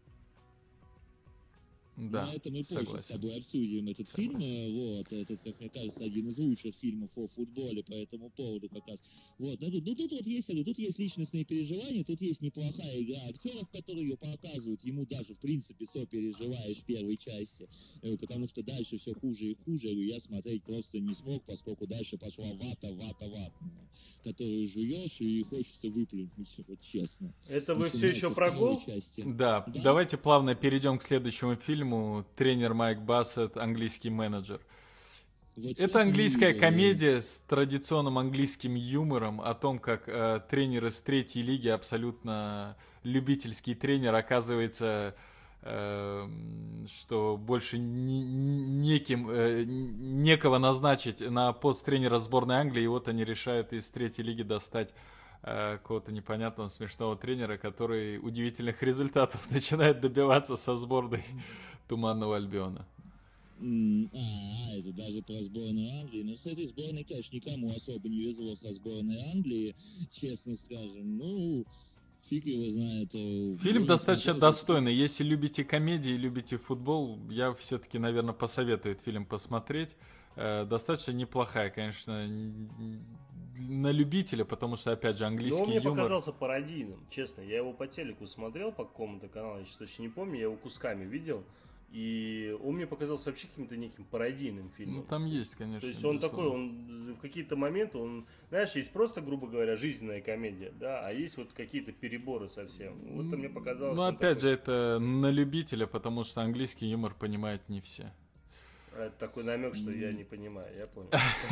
Да, Но это мы позже с согласен. тобой обсудим этот фильм. э, Вот, этот, как мне кажется, один из лучших фильмов о футболе по этому поводу как раз. Вот, ну, тут, ну, тут вот есть, я говорю, тут есть личностные переживания, тут есть неплохая игра актеров, которые ее показывают. Ему даже, в принципе, сопереживаешь в первой части, э, потому что дальше все хуже и хуже. Я говорю, я смотреть просто не смог, поскольку дальше пошла вата, вата, ватная, которую жуешь и хочется выплюнуть, вот честно. Это вы все Начиная еще со про второй гол? части. Да, Да. давайте плавно перейдем к следующему фильму. Тренер Майк Бассет, английский менеджер. Вот Это честно, не английская видел. комедия с традиционным английским юмором о том, как э, тренер из третьей лиги, абсолютно любительский тренер, оказывается, э, что больше не- не- неким, э, некого назначить на пост тренера сборной Англии, и вот они решают из третьей лиги достать э, какого-то непонятного смешного тренера, который удивительных результатов начинает добиваться со сборной Туманного Альбиона. М, А, это даже про сборную Англии. Но с этой сборной, конечно, никому особо не везло со сборной Англии, честно скажем. Ну, фиг его знает. э, Фильм я достаточно смотрел, достойный. Если любите комедии, любите футбол, я все-таки, наверное, посоветую этот фильм посмотреть. Э, Достаточно неплохая, конечно, н- на любителя, потому что, опять же, Но он английский мне юмор. показался пародийным, честно. Я его по телеку смотрел по какому-то каналу, я сейчас точно не помню, я его кусками видел. И он мне показался вообще каким-то неким пародийным фильмом. Ну, там есть, конечно. То есть он такой, безусловно. он в какие-то моменты, он, знаешь, есть просто, грубо говоря, жизненная комедия, да, а есть вот какие-то переборы совсем. Вот это мне показалось. Ну, он опять такой- же, это на любителя, потому что английский юмор понимают не все. Это такой намек, что я не понимаю, я понял.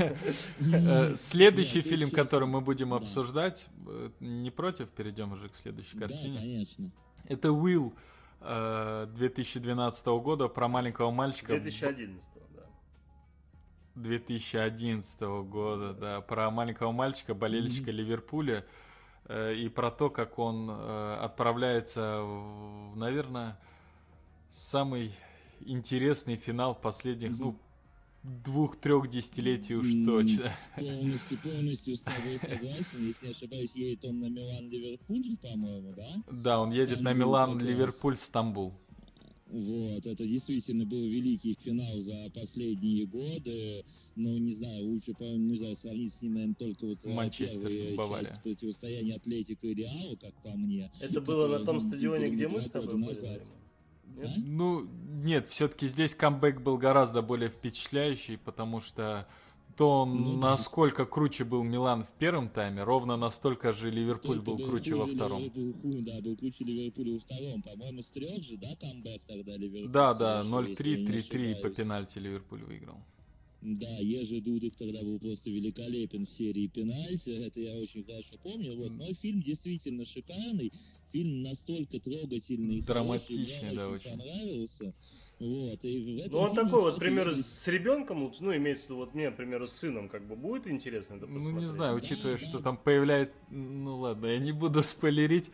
Следующий фильм, который мы будем обсуждать, не против, перейдем уже к следующей картине. Да, конечно. Это Уилл две тысячи двенадцатого года про маленького мальчика. две тысячи одиннадцатого, да. две тысячи одиннадцатого года, да, про маленького мальчика, болельщика mm-hmm. Ливерпуля, э, и про то, как он э, отправляется в, наверное, самый интересный финал последних, mm-hmm. ну, двух-трех десятилетий уж mm-hmm. точно. Полностью, полностью с тобой согласен. Если не ошибаюсь, едет он на Милан-Ливерпуль, по-моему, да? Да, он едет Стамбул, на Милан-Ливерпуль в Стамбул. Вот, это действительно был великий финал за последние годы. Ну, не знаю, лучше, не знаю, сравнить с ним, наверное, только вот первая Бавария. часть противостояния Атлетико и Реала, как по мне. Это было на том стадионе, где мы с тобой назад. Нет? А? Ну, нет, все-таки здесь камбэк был гораздо более впечатляющий, потому что то, ну, насколько да. круче был Милан в первом тайме, ровно настолько же Ливерпуль был круче во втором. Ливерпуль, да, был круче Ливерпуль во втором. По-моему, с трех же, да, камбэк тогда Ливерпуль? Да, да, ноль три, три три по пенальти Ливерпуль выиграл. Да, Ежи Дудок тогда был просто великолепен в серии пенальти, это я очень хорошо помню. Вот. Но фильм действительно шикарный, фильм настолько трогательный, драматичный, хороший, да, мне очень очень понравился. Вот, и в ну он фильме, такой, кстати, вот, к примеру, я... с ребенком, ну, имеется в виду, вот мне, к примеру, с сыном, как бы, будет интересно это посмотреть? Ну, не знаю, учитывая, да, что да. там появляется... Ну, ладно, я не буду спойлерить.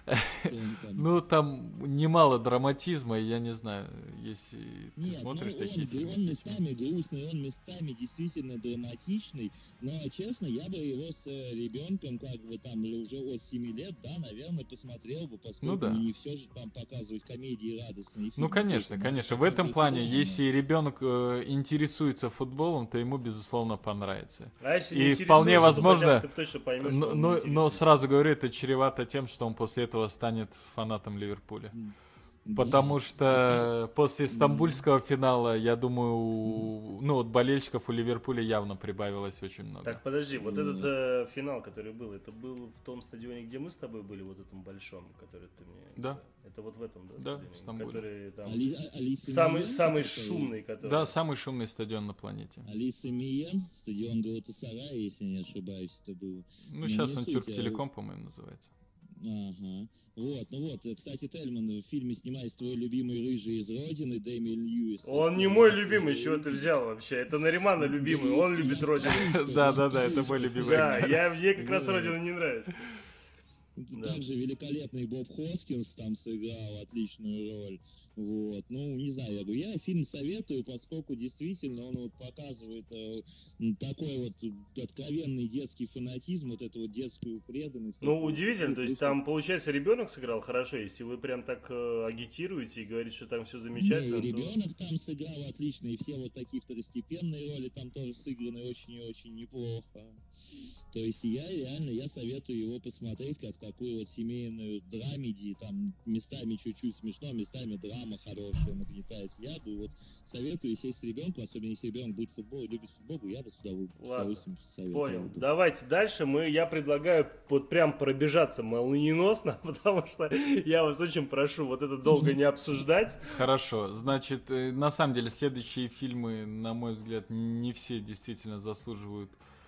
Ну, там немало драматизма, и я не знаю, если ты Нет, смотришь ну, такие он, фильмы. он местами грустный, он местами действительно драматичный, но, честно, я бы его с ребенком, как бы там уже от семи лет, да, наверное, посмотрел бы, поскольку ну, да. не все же там показывать комедии радостные фильмы. Ну, конечно, конечно. В этом плане, да, если ребенок э, интересуется футболом, то ему, безусловно, понравится. А если и не вполне возможно, ты точно поймешь, но, что он но, не но сразу говорю, это чревато тем, что он после этого станет фанатом Ливерпуля. Потому да. что после стамбульского финала, я думаю, ну вот болельщиков у Ливерпуля явно прибавилось очень много. Так, подожди, вот этот э, финал, который был, это был в том стадионе, где мы с тобой были, вот этом большом, который ты мне... Да. Это вот в этом, да, да, стадионе? В Стамбуле. Который там... Али... Алиса самый, Миен, самый который... шумный, который... Да, самый шумный стадион на планете. Алиса Миен, стадион Галатасарая, если не ошибаюсь, это было. Ну, Но сейчас не он суть, Тюрктелеком, а... по-моему, называется. Ага. Вот, ну вот, кстати, Тельман, в фильме снимается твой любимый рыжий из Родины, Дэмиан Льюис. Он не мой любимый, чего ты взял вообще? Это Наримана любимый, он любит Родину. Да-да-да, это мой любимый. Да, я, мне как раз Родина не нравится. Также великолепный Боб Хоскинс там сыграл отличную роль. Вот. Ну, не знаю, я говорю, я фильм советую, поскольку действительно он вот показывает э, такой вот откровенный детский фанатизм, вот эту вот детскую преданность. Ну, удивительно, то есть там, получается, ребенок сыграл хорошо, если вы прям так э, агитируете и говорите, что там все замечательно. Не, то... ребенок там сыграл отлично, и все вот такие второстепенные роли там тоже сыграны очень и очень неплохо. То есть я реально, я советую его посмотреть как такую вот семейную драмеди, там местами чуть-чуть смешно, местами драма хорошая нагнетается. Я бы вот советую сесть с ребенком, особенно если ребенок будет футбол, любит футбол, я бы с удовольствием советовал. Понял. бы. Давайте дальше. Мы, я предлагаю вот прям пробежаться молниеносно, потому что я вас очень прошу вот это долго не обсуждать. Хорошо. Значит, на самом деле следующие фильмы, на мой взгляд, не все действительно заслуживают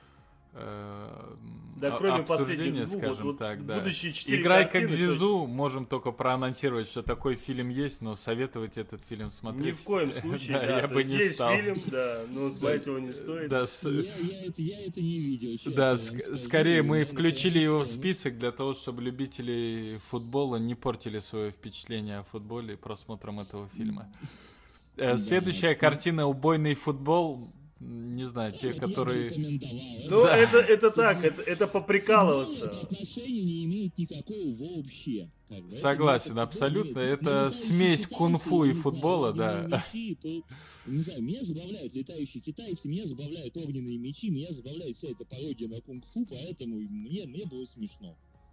да, кроме обсуждения, двух, скажем вот, так, вот да. четыре «Играй картины, как Зизу», точно. Можем только проанонсировать, что такой фильм есть, но советовать этот фильм смотреть... Ни в коем случае, да, да, я то бы есть не есть стал. фильм, да, но смотреть его не стоит. Да, с... я, я, это, я это не видел, честно. Да, ск- скорее мы я включили его в список для того, чтобы любители футбола не портили свое впечатление о футболе просмотром этого фильма. Следующая картина «Убойный футбол». Не знаю, те, вот которые... Ну, да. это, это так, это, это поприкалываться. Это отношения не имеет никакого вообще. Как бы. Согласен, это абсолютно. имеет. Это Но смесь кунг-фу и знаю, футбола, да. Мечи, не знаю, меня забавляют летающие китайцы, меня забавляют огненные мечи, меня забавляет вся эта пародия на кунг-фу, поэтому мне, мне было смешно.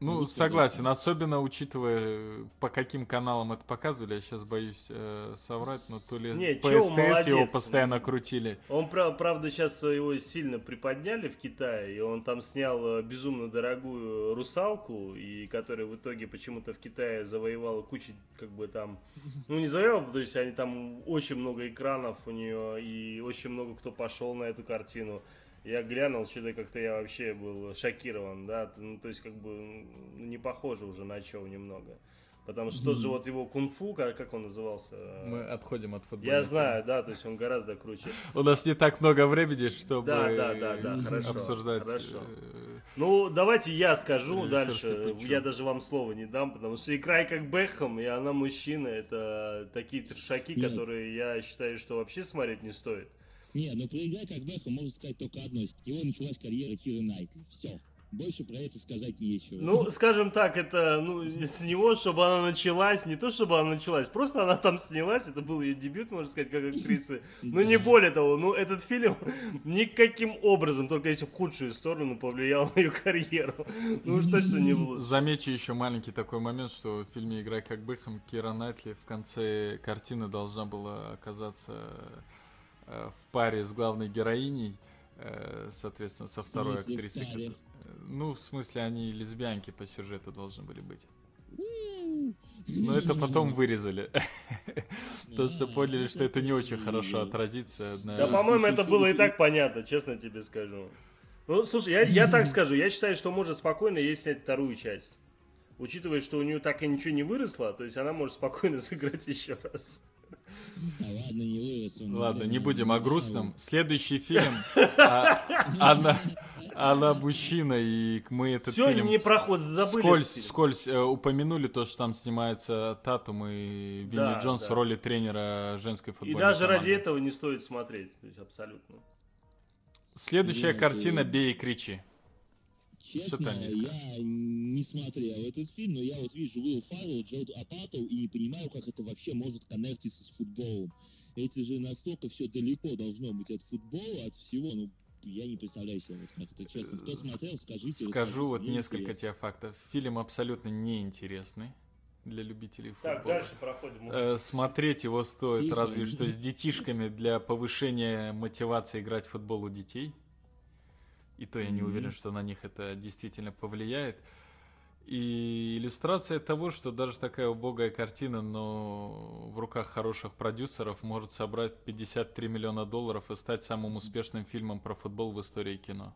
Ну, Могу сказать. согласен, особенно учитывая, по каким каналам это показывали, я сейчас боюсь э, соврать, но то ли Не, по чё, СТС его молодец. постоянно крутили. Он, прав- правда, сейчас его сильно приподняли в Китае, и он там снял э, безумно дорогую «Русалку», и которая в итоге почему-то в Китае завоевала кучу, как бы там, ну не завоевала, то есть они там очень много экранов у нее, и очень много кто пошел на эту картину. Я глянул, что-то как-то я вообще был шокирован, да, ну то есть как бы ну, не похоже уже на Чоу немного. Потому что тот же вот его кунг-фу, как, как он назывался? Мы отходим от футбола. Я знаю, да, то есть он гораздо круче. У нас не так много времени, чтобы Да, да, да, да, хорошо, обсуждать. хорошо. э, Ну, давайте я скажу Режиссерский дальше. путь. Я даже вам слова не дам, потому что «Играй как Бекхэм» и «Она мужчина» — это такие трешаки, Нет. которые я считаю, что вообще смотреть не стоит. Не, ну про «Играй как Бекхэм» можно сказать только одно. С него началась карьера Киры Найтли. Все. Больше про это сказать нечего. Ну, скажем так, это, ну, с него, чтобы она началась, не то, чтобы она началась, просто она там снялась, это был ее дебют, можно сказать, как актрисы. Ну, не более того, ну, этот фильм никаким образом, только если в худшую сторону, повлиял на ее карьеру. Ну, уж точно не в лучшую. Замечу еще маленький такой момент, что в фильме «Играй как Бекхэм» Кира Найтли в конце картины должна была оказаться э, в паре с главной героиней, э, соответственно, со второй В смысле, в актрисой. паре? которая- Ну, в смысле, они лесбиянки по сюжету должны были быть. Но это потом вырезали. Потому что поняли, что это не очень хорошо отразится на... Да, по-моему, это было и так понятно, честно тебе скажу. Ну, слушай, я, я так скажу, я считаю, что может спокойно ей снять вторую часть. Учитывая, что у нее так и ничего не выросло, то есть она может спокойно сыграть еще раз. Да ладно, не вырос он. Ладно, не Блин, будем ну, о грустном. Следующий фильм, а, она, она мужчина, и мы этот Все, фильм не проход, забыли. вскользь, этот фильм. вскользь э, упомянули то, что там снимается Татум и Винни Да, Джонс да. в роли тренера женской И футбольной даже команды. ради этого не стоит смотреть, то есть абсолютно. Следующая Ну, картина ты- «Бей и кричи». Честно, Что ты о ней я не смотрел этот фильм, но я вот вижу Уилл Фаррелл, Джо Апатоу и не понимаю, как это вообще может коннектиться с футболом. Это же настолько все далеко должно быть от футбола, от всего, ну, я не представляю себе, вот как это честно. Кто смотрел, скажите. Скажу расскажите, вот мне несколько интересно. тебе фактов. Фильм абсолютно неинтересный для любителей Так, футбола. дальше проходим. Э, Смотреть его стоит Тихо. разве что с детишками для повышения мотивации играть в футбол у детей. И то я не Мгм. уверен, что на них это действительно повлияет. И иллюстрация того, что даже такая убогая картина, но в руках хороших продюсеров может собрать пятьдесят три миллиона долларов и стать самым успешным фильмом про футбол в истории кино.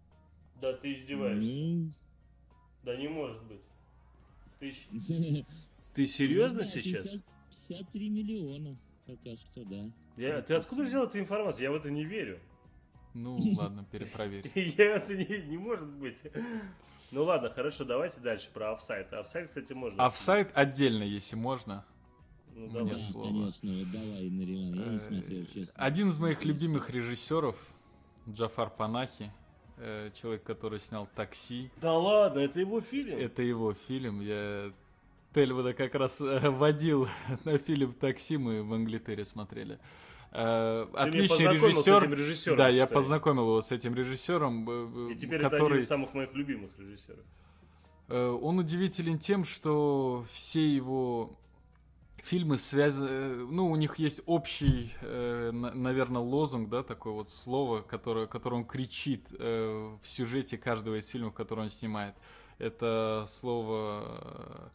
Да ты издеваешься. Ну, Да не может быть. Ты, щ- ты серьезно да, сейчас? пятьдесят пятьдесят три миллиона. Пока что, да. Я, ты откуда взял эту информацию? Я в это не верю. Ну, ладно, перепроверь. Я это не, не может быть. Ну ладно, хорошо, давайте дальше про офсайд. Офсайд, кстати, можно. Офсайд отдельно, если можно. Ну, Мне давай. Да, слово. конечно, давай, Нариман, я не смотрел, честно. Один из моих любимых режиссеров, Джафар Панахи, э, человек, который снял «Такси». Да ладно, это его фильм? Это его фильм. Я Тельвуда как раз э, водил на фильм «Такси», мы в Англитере смотрели. Э, Ты меня Отличный познакомил с режиссер. этим режиссером, Да, я считай. познакомил его с этим режиссером, э, И теперь это один который... из самых моих любимых режиссеров. Э, Он удивителен тем, что все его фильмы связаны... Ну, у них есть общий, э, наверное, лозунг, да, такое вот слово, которое, которое он кричит э, в сюжете каждого из фильмов, которые он снимает. Это слово...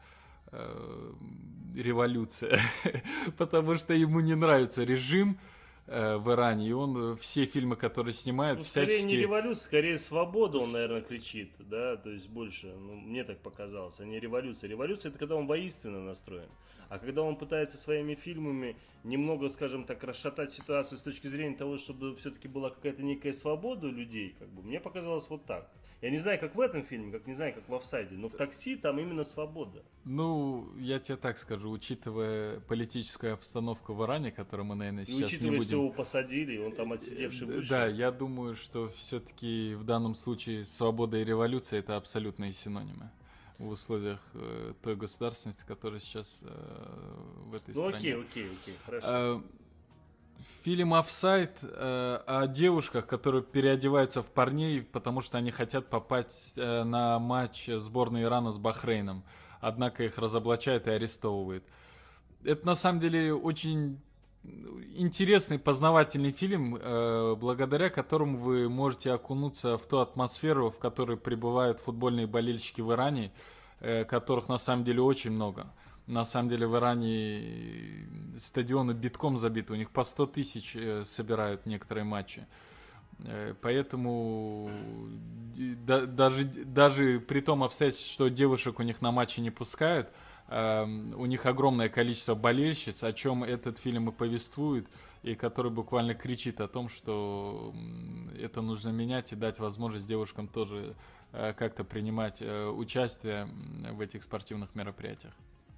э, революция. Потому что ему не нравится режим э, в Иране, и он все фильмы, которые снимает, Ну, скорее всячески... не революция, скорее свободу он, наверное, кричит, да, то есть больше, ну, мне так показалось, а не революция. Революция — это когда он воинственно настроен, а когда он пытается своими фильмами немного, скажем так, расшатать ситуацию с точки зрения того, чтобы все-таки была какая-то некая свобода у людей, как бы, мне показалось вот так. Я не знаю, как в этом фильме, как не знаю, как в «Офсайде», но в «Такси» там именно свобода. Ну, я тебе так скажу, учитывая политическую обстановку в Иране, которую мы, наверное, И сейчас не учитывая, будем... что его посадили, и он там отсидевший вышел. Да, я думаю, что все-таки в данном случае свобода и революция — это абсолютные синонимы в условиях э, той государственности, которая сейчас э, в этой Ну стране. окей, окей, окей, хорошо. А, Фильм «Офсайд» э, о девушках, которые переодеваются в парней, потому что они хотят попасть э, на матч сборной Ирана с Бахрейном. Однако их разоблачают и арестовывают. Это на самом деле очень интересный, познавательный фильм, э, благодаря которому вы можете окунуться в ту атмосферу, в которой пребывают футбольные болельщики в Иране, э, которых на самом деле очень много. На самом деле в Иране стадионы битком забиты, у них по сто тысяч собирают некоторые матчи. Поэтому да, даже, даже при том обстоятельстве, что девушек у них на матчи не пускают, у них огромное количество болельщиц, о чем этот фильм и повествует, и который буквально кричит о том, что это нужно менять и дать возможность девушкам тоже как-то принимать участие в этих спортивных мероприятиях.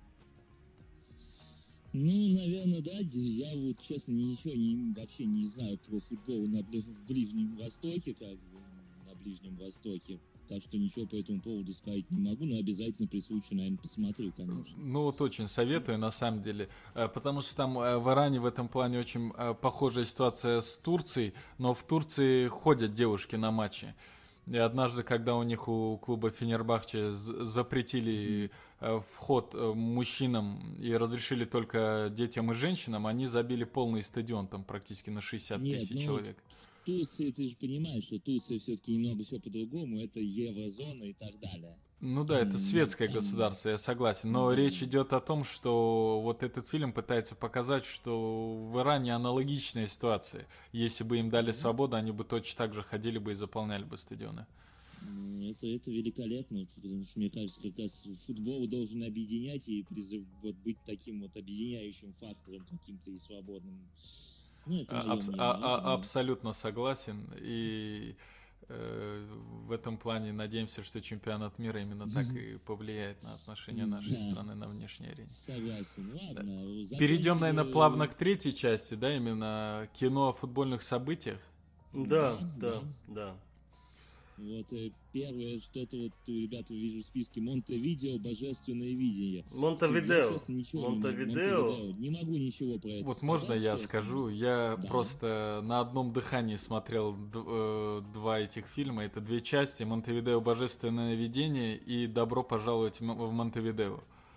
Ну, наверное, да. Я вот, честно, ничего не, вообще не знаю про футбол на, в Ближнем Востоке, как на Ближнем Востоке. Так что ничего по этому поводу сказать не могу, но обязательно при случае, наверное, посмотрю, конечно. Ну, вот очень советую, на самом деле. Потому что там в Иране в этом плане очень похожая ситуация с Турцией, но в Турции ходят девушки на матчи. И однажды, когда у них у клуба Фенербахче запретили вход мужчинам и разрешили только детям и женщинам, они забили полный стадион, там практически на шестьдесят тысяч ну, человек. В Турции, ты же понимаешь, что Турция все-таки немного все по-другому, это еврозона и так далее. Ну да, это светское там... государство, я согласен. Но да. Речь идет о том, что вот этот фильм пытается показать, что в Иране аналогичная ситуация. Если бы им дали свободу, они бы точно так же ходили бы и заполняли бы стадионы. Это, это великолепно, потому что, мне кажется, как раз футбол должен объединять и призыв, вот, быть таким вот объединяющим фактором каким-то и свободным. Ну, это а, аб- а, а, абсолютно согласен. И э, в этом плане надеемся, что чемпионат мира именно так и повлияет на отношения нашей да. страны на внешней арене. Согласен. Ладно. Да. Перейдем, наверное, плавно к третьей части, да, именно кино о футбольных событиях. Да, да, да. да. Вот первое, что-то вот, ребята, вижу в списке Монтевидео, божественное видение. Монтевидео. Монтевидео. Не могу ничего про это вот сказать. Вот можно я честно. скажу? Я да. просто на одном дыхании смотрел э, два этих фильма. Это две части. Монтевидео, божественное видение и Добро пожаловать в Монтевидео.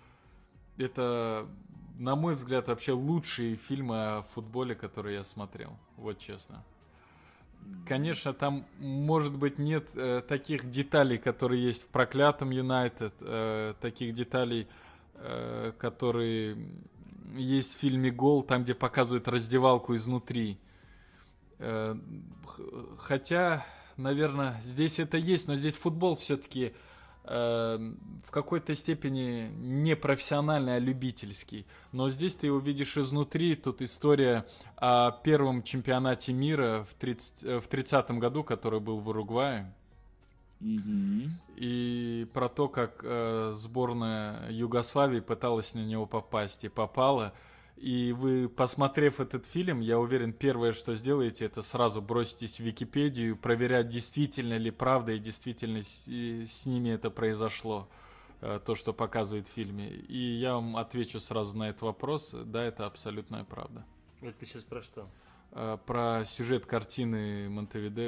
Это, на мой взгляд, вообще лучшие фильмы о футболе, которые я смотрел. Вот честно. Конечно, там, может быть, нет э, таких деталей, которые есть в проклятом Юнайтед, э, таких деталей, э, которые есть в фильме «Гол», там, где показывают раздевалку изнутри. Э, хотя, наверное, здесь это есть, но здесь футбол все-таки э, в какой-то степени не профессиональный, а любительский. Но здесь ты его видишь изнутри. Тут история о первом чемпионате мира в, тридцать, в тридцатом году, который был в Уругвае. Mm-hmm. И про то, как э, сборная Югославии пыталась на него попасть и попала. И вы, посмотрев этот фильм, я уверен, первое, что сделаете, это сразу броситесь в Википедию, проверять, действительно ли правда и действительно с, с ними это произошло, то, что показывает в фильме. И я вам отвечу сразу на этот вопрос. Да, это абсолютная правда. Это ты сейчас про что? Про сюжет картины Монтевидео,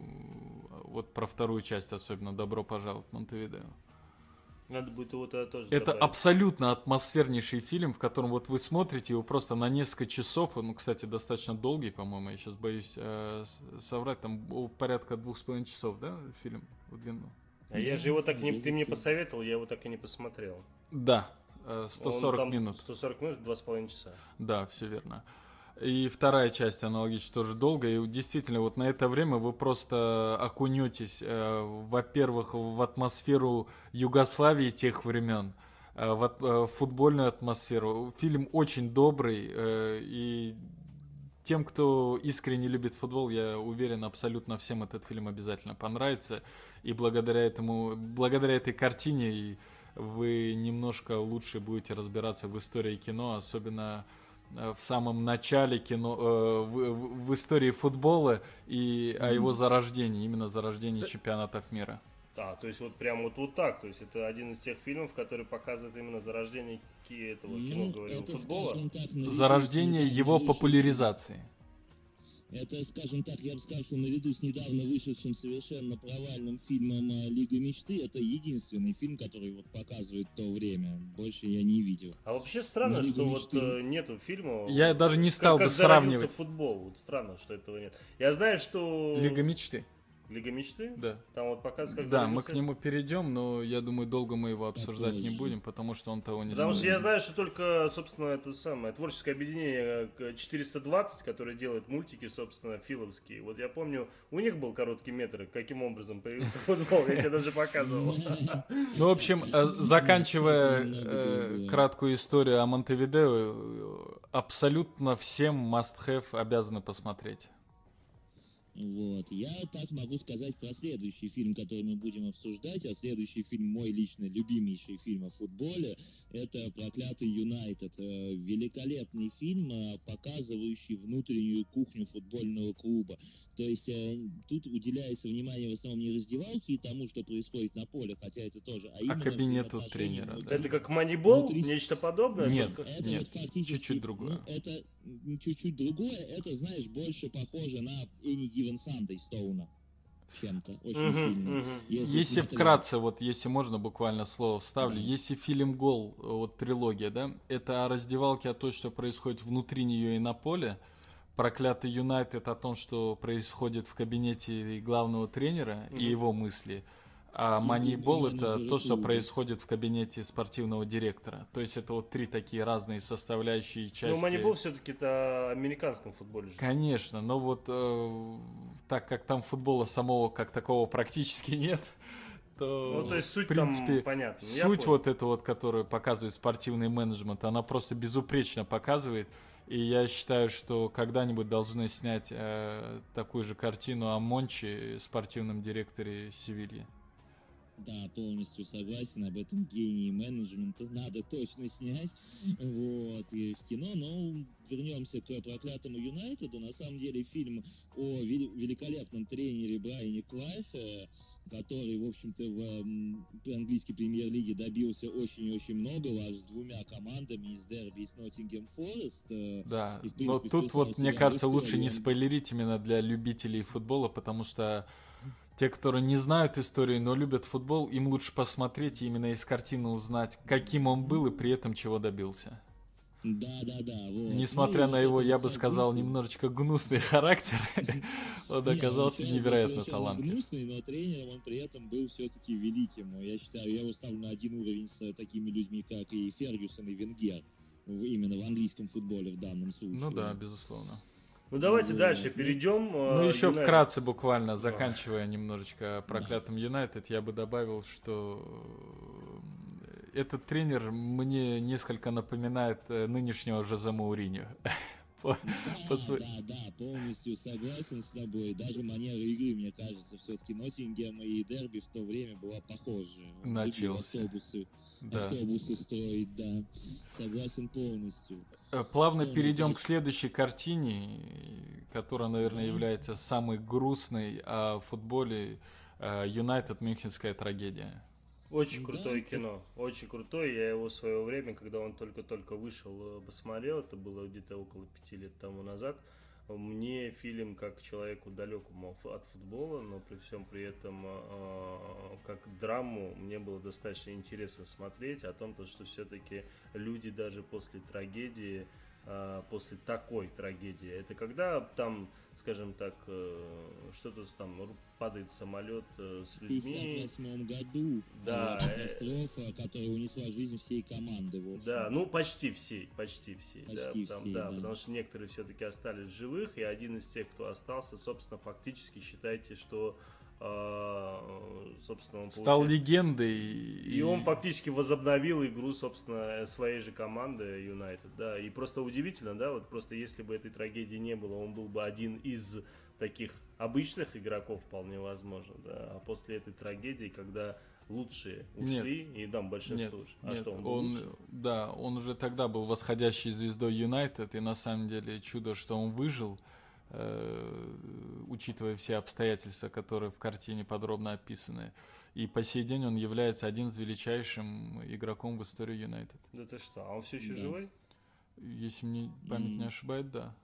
Mm. вот про вторую часть особенно, «Добро пожаловать в Монтевидео». Надо будет его тоже Это добавить. абсолютно атмосфернейший фильм, в котором вот вы смотрите его просто на несколько часов. Он, кстати, достаточно долгий, по-моему. Я сейчас боюсь э, соврать. Там порядка двух с половиной часов, да, фильм в длину? А я же его так не... Ты мне посоветовал, я его так и не посмотрел. Да, сто сорок минут. сто сорок минут, два с половиной часа. Да, все верно. И вторая часть аналогично тоже долгая. И действительно, вот на это время вы просто окунетесь, э, во-первых, в атмосферу Югославии тех времен, э, в, э, в футбольную атмосферу. Фильм очень добрый. Э, и тем, кто искренне любит футбол, я уверен, абсолютно всем этот фильм обязательно понравится. И благодаря этому, благодаря этой картине вы немножко лучше будете разбираться в истории кино, особенно в самом начале кино, э, в, в истории футбола и mm-hmm. о его зарождении, именно зарождении чемпионатов мира. Да, то есть вот прям вот, вот так, то есть это один из тех фильмов, который показывает именно зарождение этого кино, ну, говорил, футбола. Так, зарождение его популяризации. Это, скажем так, я бы сказал, что наряду с недавно вышедшим совершенно провальным фильмом «Лига мечты», это единственный фильм, который вот показывает то время. Больше я не видел. А вообще странно, Но что «Лигу вот мечты». э, нету фильма. Я даже не стал как, бы как зародился сравнивать. футбол. Вот странно, что этого нет. Я знаю, что... Лига мечты. Лига мечты? Да. Там вот показывают, как Да, зародился. мы к нему перейдем, но я думаю, долго мы его обсуждать не Попозже. будем, потому что он того не Потому что стоит. я знаю, что только, собственно, это самое творческое объединение четыреста двадцать, которое делает мультики, собственно, филовские. Вот я помню, у них был короткий метр, каким образом появился футбол, я тебе даже показывал. Ну, в общем, э, заканчивая э, краткую историю о Монтевидео, абсолютно всем must-have обязаны посмотреть. Вот. Я так могу сказать про следующий фильм, который мы будем обсуждать. А следующий фильм, мой лично любимейший фильм о футболе, это «Проклятый Юнайтед». Э, Великолепный фильм, э, показывающий внутреннюю кухню футбольного клуба. То есть э, тут уделяется внимание в основном не раздевалке и тому, что происходит на поле, хотя это тоже, а именно кабинету взаимоотношения тренера, внутри- да. Это как Манибол, Внутри- нечто подобное? Нет. только- Это Нет, вот фактически, чуть-чуть другое. ну, это м, чуть-чуть другое. Это, знаешь, больше похоже на Энни Гивен Сандей Стоуна чем-то. Очень Мгм, сильно. мгм. Если смотреть- вкратце, вот если можно, буквально слово вставлю. Да. Если фильм «Гол», вот трилогия, да, это о раздевалке, о том, что происходит внутри нее и на поле. «Проклятый Юнайтед» о том, что происходит в кабинете главного тренера и Мгм. его мысли. А И- «Манибол» и это менеджера то, что клуба. происходит в кабинете спортивного директора. То есть это вот три такие разные составляющие части. Ну, Манибол все-таки это американском футболе же. Конечно, но вот э, так как там футбола самого как такого практически нет, то, Ну, то есть суть в принципе, там понятна. Я суть понял. вот эта вот, которую показывает спортивный менеджмент, она просто безупречно показывает. И я считаю, что когда-нибудь должны снять э, такую же картину о Мончи, спортивном директоре Севильи. Да, полностью согласен, об этом гении менеджмента надо точно снять, вот, и в кино, но вернемся к «Проклятому Юнайтеду». На самом деле фильм о вели- великолепном тренере Брайане Клайфе, который, в общем-то, в м, английской премьер-лиге добился очень-очень многого, аж с двумя командами из дерби и с Ноттингем Форест. э, Да, и, в принципе, но тут вписал вот, мне себя в кажется, лучше историю. не спойлерить именно для любителей футбола, потому что те, которые не знают историю, но любят футбол, им лучше посмотреть и именно из картины узнать, каким он был и при этом чего добился. Да, да, да. Вот. Несмотря Ну, на вот его, это я вот бы сказал, событие. немножечко гнусный характер, он Не, оказался он невероятно совершенно талантлив. гнусный, но тренером он при этом был все-таки великим. Я считаю, я его ставлю на один уровень с такими людьми, как и Фергюсон и Венгер. В- Именно в английском футболе в данном случае. Ну да, безусловно. Ну, давайте Ну, дальше ну, перейдем. Ну, еще Юнайтед. вкратце буквально, заканчивая немножечко проклятым Юнайтед, я бы добавил, что э, этот тренер мне несколько напоминает э, нынешнего Жозе Мауриньо. По- Да, по сво- да, да, полностью согласен с тобой. Даже манера игры, мне кажется, все-таки Ноттингем и Дерби в то время была похожа. На Любил Челси. автобусы, Да. автобусы строить, да. Согласен полностью. Э, Плавно Что у нас перейдем здесь? к следующей картине, которая, наверное, Да. является самой грустной о футболе. э, Юнайтед Мюнхенская трагедия. Очень Да, крутое это- кино. Очень крутое. Я его в свое время, когда он только-только вышел, э, посмотрел. Это было где-то около пяти лет тому назад. Мне фильм как человеку далекому ф- от футбола, но при всем при этом э, как драму мне было достаточно интересно смотреть о том, то, что все-таки люди даже после трагедии, э, после такой трагедии, это когда там, скажем так, э, что-то с- там ру- падает самолет э, с В людьми. пятьдесят восьмом году Да, была э, катастрофа, которая унесла жизнь всей команды. В Да, общем-то. ну почти все, почти все. Почти да, потому, все, да, да. потому что некоторые все-таки остались в живых, и один из тех, кто остался, собственно, фактически считайте, что, э, собственно, он Стал получает- легендой. И он фактически возобновил игру, собственно, своей же команды Юнайтед, да. И просто удивительно, да, вот просто если бы этой трагедии не было, он был бы один из таких обычных игроков, вполне возможно, да. А после этой трагедии, когда лучшие ушли, и там большинство Нет, ушли. А нет, что, он был он, лучше? да, он уже тогда был восходящей звездой Юнайтед, и на самом деле чудо, что он выжил, э, учитывая все обстоятельства, которые в картине подробно описаны. И по сей день он является одним из величайшим игроком в истории Юнайтед. Да ты что, а он все еще Да. живой? Если мне память не М. ошибает, да.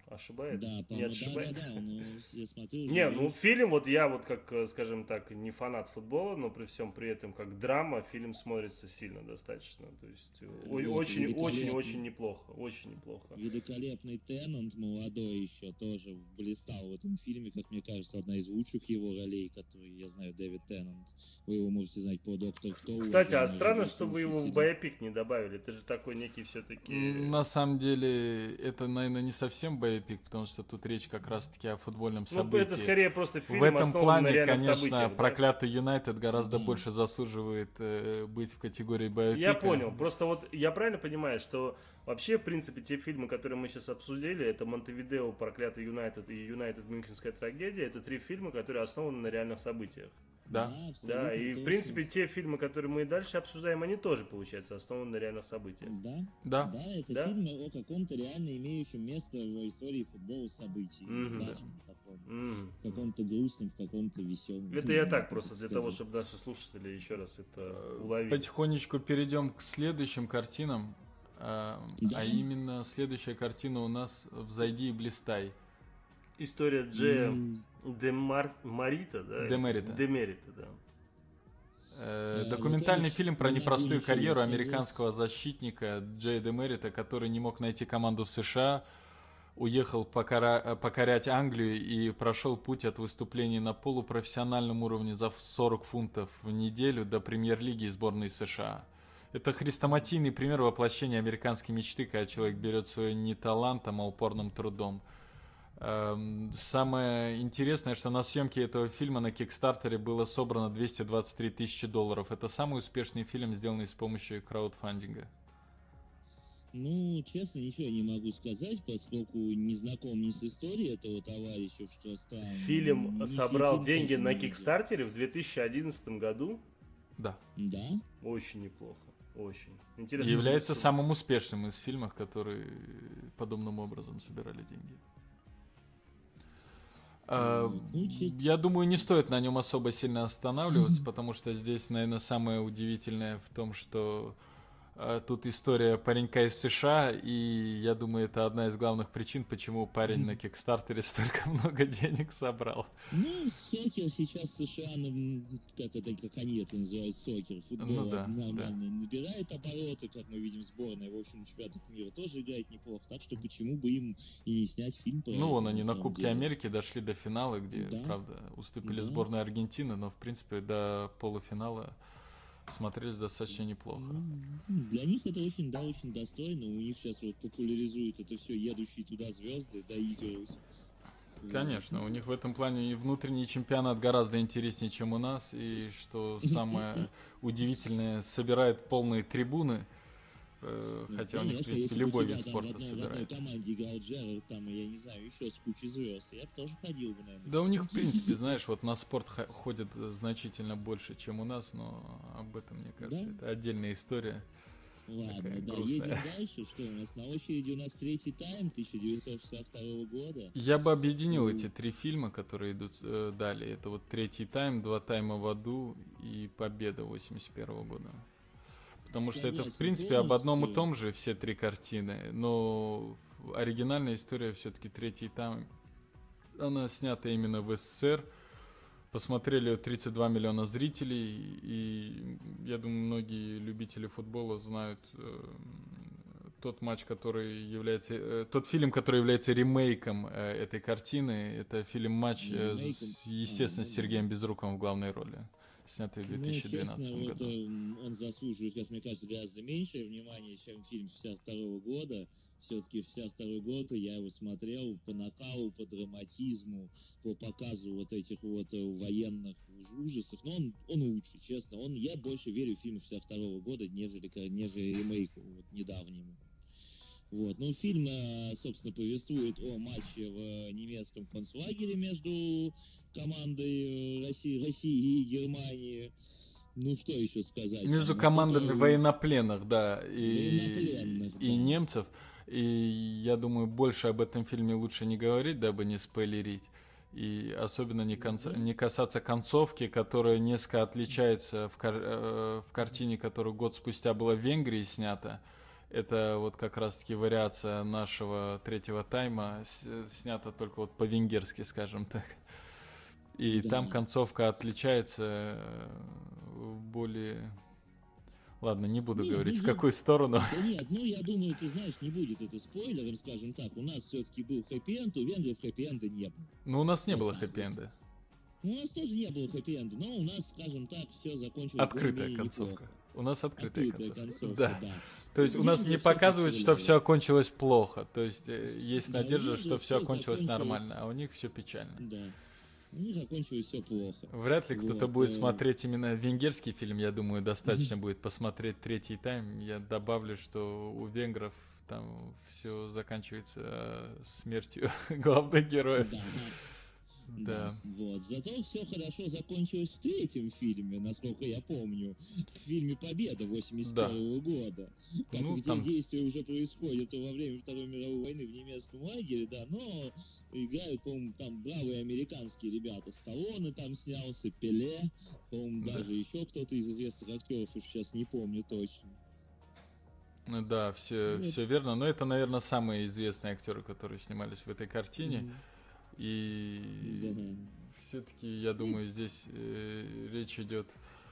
ошибаюсь? Да, Не по-моему, да, да, ошибаюсь? да, ну, я смотрю, уже Не, ну видишь. фильм, вот я вот как, э, скажем так, не фанат футбола, но при всем при этом как драма, фильм смотрится сильно достаточно. То есть э, о- Вот, очень, очень, великолепный. очень неплохо, очень неплохо. Великолепный Теннант, молодой еще, тоже блистал в этом фильме, как мне кажется, одна из лучших его ролей, которую я знаю, Дэвид Теннант. Вы его можете знать по Доктор Кто. Кстати, а уважаемый странно, что вы его в радиослушатели. боепик не добавили. Это же такой некий все-таки... На самом деле, это, наверное, не совсем боепик, потому что тут речь как раз-таки о футбольном Ну, событии. это скорее просто фильм, В этом основан плане, на реальных конечно, событиях. да? проклятый Юнайтед гораздо Да. больше заслуживает э, быть в категории боепика. Я понял. Просто вот я правильно понимаю, что вообще, в принципе, те фильмы, которые мы сейчас обсудили, это «Монтевидео», «Проклятый Юнайтед» и «Юнайтед. Мюнхенская трагедия», это три фильма, которые основаны на реальных событиях. Да. абсолютно Да, и в точно. принципе те фильмы, которые мы и дальше обсуждаем, они тоже, получается, основаны на реальных событиях. Да, Да. да, это Да? фильмы о каком-то реально имеющем место в истории футбола событии. Мгм, да. Важном таком. М. В каком-то грустном, в каком-то веселом. Это я так просто для того, чтобы наши слушатели еще раз это уловили. Потихонечку перейдем к следующим картинам. А, Да. а именно следующая картина у нас «Взойди и блистай». История Джея Демар... Марита, да? Демерита. Демерита, да. Э, Да, Документальный вот это фильм про не могу непростую ничего карьеру сказать. американского защитника Джея Демерита, который не мог найти команду в США, уехал покора- покорять Англию и прошел путь от выступлений на полупрофессиональном уровне за сорок фунтов в неделю до премьер-лиги и сборной США. Это хрестоматийный пример воплощения американской мечты, когда человек берет свое не талантом, а упорным трудом. Эм, Самое интересное, что на съемке этого фильма на Кикстартере было собрано двести двадцать три тысячи долларов. Это самый успешный фильм, сделанный с помощью краудфандинга. Ну, честно, ничего не могу сказать, поскольку не знаком ни с историей этого товарища, что странно. Фильм Ни собрал фильм деньги тоже на не видел. Кикстартере в две тысячи одиннадцатом году. Да. Да? Очень неплохо. Очень. И Интересно. является что- самым успешным из фильмов, которые подобным образом собирали деньги. А, Ну, честь- Я думаю, не стоит на нем особо сильно останавливаться, потому что здесь, наверное, самое удивительное в том, что а, тут история паренька из США, и я думаю, это одна из главных причин, почему парень на Кикстартере столько много денег собрал. Ну, сокер сейчас в США, ну, как это, как они это называют, сокер, футбол Ну да, нормально набирает обороты, как мы видим, сборная, в общем, чемпионатах мира тоже играет неплохо, так что почему бы им и не снять фильм про Ну, это, вон они на самом Кубке деле. Америки дошли до финала, где, Да. правда, уступили Да. сборной Аргентины, но, в принципе, до полуфинала смотрелись достаточно неплохо. Ну, для них это очень, да, очень достойно. У них сейчас вот популяризуют это все едущие туда звезды, доигрывают. Конечно, у них в этом плане и внутренний чемпионат гораздо интереснее, чем у нас, и что самое удивительное, собирает полные трибуны, э, Ну, хотя у них, в конечно, принципе, если бы любой у тебя вид там спорта в одной, в одной собирает. команде играл Джерард, там, я не знаю, еще с кучей звезд, я бы тоже ходил бы, наверное. Да у них, в принципе, знаешь, вот на спорт х- ходит значительно больше, чем у нас, но об этом, мне кажется, Да? это отдельная история. Ладно, такая да, грустная. едем дальше. Что у нас на очереди? У нас третий тайм тысяча девятьсот шестьдесят второго года. Я бы объединил Ну. эти три фильма, которые идут э, далее. Это вот третий тайм, два тайма в аду и Победа восемьдесят первого года. Потому что это, в Согласен принципе, об одном и полностью. том же все три картины. Но в- оригинальная история все-таки третий тайм. Она снята именно в СССР. Посмотрели ее тридцать два миллиона зрителей. И я думаю, многие любители футбола знают э, тот матч, который является... э, тот фильм, который является ремейком э, этой картины. Это фильм-матч, Не э, ремейком. с, естественно, А, с ну Сергеем Безруковым в главной роли. Снятый в две тысячи Ну, двенадцатом честно, вот, году. э, он заслуживает, как мне кажется, гораздо меньше внимания, чем фильм шестьдесят второго года. Все-таки шестьдесят второй год, я его смотрел по накалу, по драматизму, по показу вот этих вот э, военных уж- ужасов. Но он, он лучше, честно. Он, я больше верю фильму шестьдесят второго года, нежели, ка- нежели ремейку вот, недавнему. Вот. Ну, фильм, э, собственно, повествует о матче в э, немецком концлагере между командой э, России, России и Германии. Ну, что еще сказать? Между Там, командами что-то- военнопленных, да, и, Военнопленных, и да. немцев. И я думаю, больше об этом фильме лучше не говорить, дабы не спойлерить. И особенно не, конца- Да. не касаться концовки, которая несколько отличается в, кар- э, в картине, которая год спустя была в Венгрии снята. это вот как раз-таки вариация нашего третьего тайма, с- снята только вот по-венгерски, скажем так. И Да. там концовка отличается э, более... Ладно, не буду Не, говорить, ну в я- какую сторону. Да нет, ну я думаю, ты знаешь, не будет это спойлером, скажем так. У нас все-таки был хэппи-энд, у венгров хэппи-энда не было. Ну, у нас не Вот было так вот. хэппи-энда. Ну, у нас тоже не было хэппи-энда, но у нас, скажем так, все закончилось Открытая более-менее концовка. неплохо. У нас открытая, Открытая концовка. концовка, Да. да. То есть у нас не Венгры всё показывают, что постреляли. все окончилось плохо. То есть э, есть Да, у надежда, венгров что все всё окончилось закончилось- нормально, а у них все печально. Да. У них закончилось все плохо. Вряд ли кто-то Вот, будет э. смотреть именно венгерский фильм. Я думаю, достаточно будет посмотреть третий тайм. Я добавлю, что у венгров там все заканчивается э, смертью главных героев. Да, Да. вот. Зато все хорошо закончилось в третьем фильме, насколько я помню. В фильме «Победа» восемьдесят первого года. Как, Ну, где там- действие уже происходит во время Второй мировой войны в немецком лагере, да, но играют, по-моему, там бравые американские ребята. Сталлоне там снялся, Пеле, по-моему, Да. даже еще кто-то из известных актеров, уж сейчас не помню точно. Ну да, все, Вот. все верно. Но это, наверное, самые известные актеры, которые снимались в этой картине. Мгм. И Да. все-таки, я думаю, здесь э, речь идет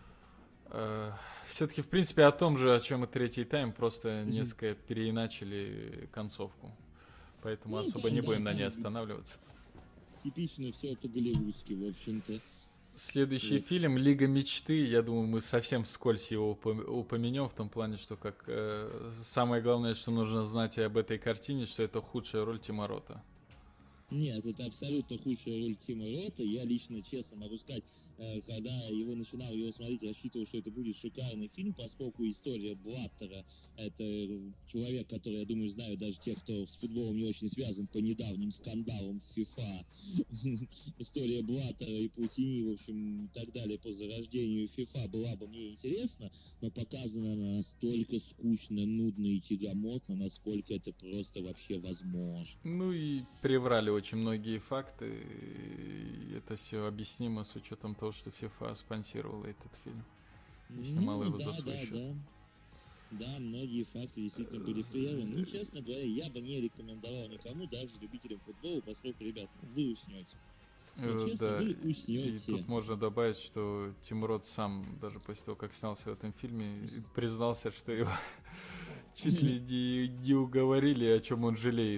все-таки, в принципе, о том же, о чем и третий тайм, просто Мгм. несколько переиначили концовку. Поэтому Ну, особо там, не да, будем на там- ней останавливаться. Типично все по-голливудски, в общем-то. Следующий Вот. фильм «Лига мечты», я думаю, мы совсем вскользь его упом- упомянем, в том плане, что как э, самое главное, что нужно знать и об этой картине, что это худшая роль Тима Рота. Нет, это абсолютно худшая роль Тима Рота. Я лично, честно могу сказать, э, когда его начинал его смотреть, рассчитывал, что это будет шикарный фильм, поскольку история Блаттера — это человек, который, я думаю, знают даже те, кто с футболом не очень связан по недавним скандалам в FIFA. История Блаттера и Платини, в общем, и так далее по зарождению FIFA была бы мне интересна, но показана она настолько скучно, нудно и тягомотно, насколько это просто вообще возможно. Ну и приврали очень многие факты. И это все объяснимо с учетом того, что FIFA спонсировала этот фильм. И снимала его за да, свой да, счет. да. Да, многие факты действительно были прерваны. Ну, честно говоря, я бы не рекомендовал никому, даже любителям футбола, поскольку, ребят, ну, вы уснете. Ну, Э, честно, да, вы и уснете. тут можно добавить, что Тим Рот сам, даже после того, как снялся в этом фильме, признался, что его чуть ли не, не уговорили, о чем он жалеет.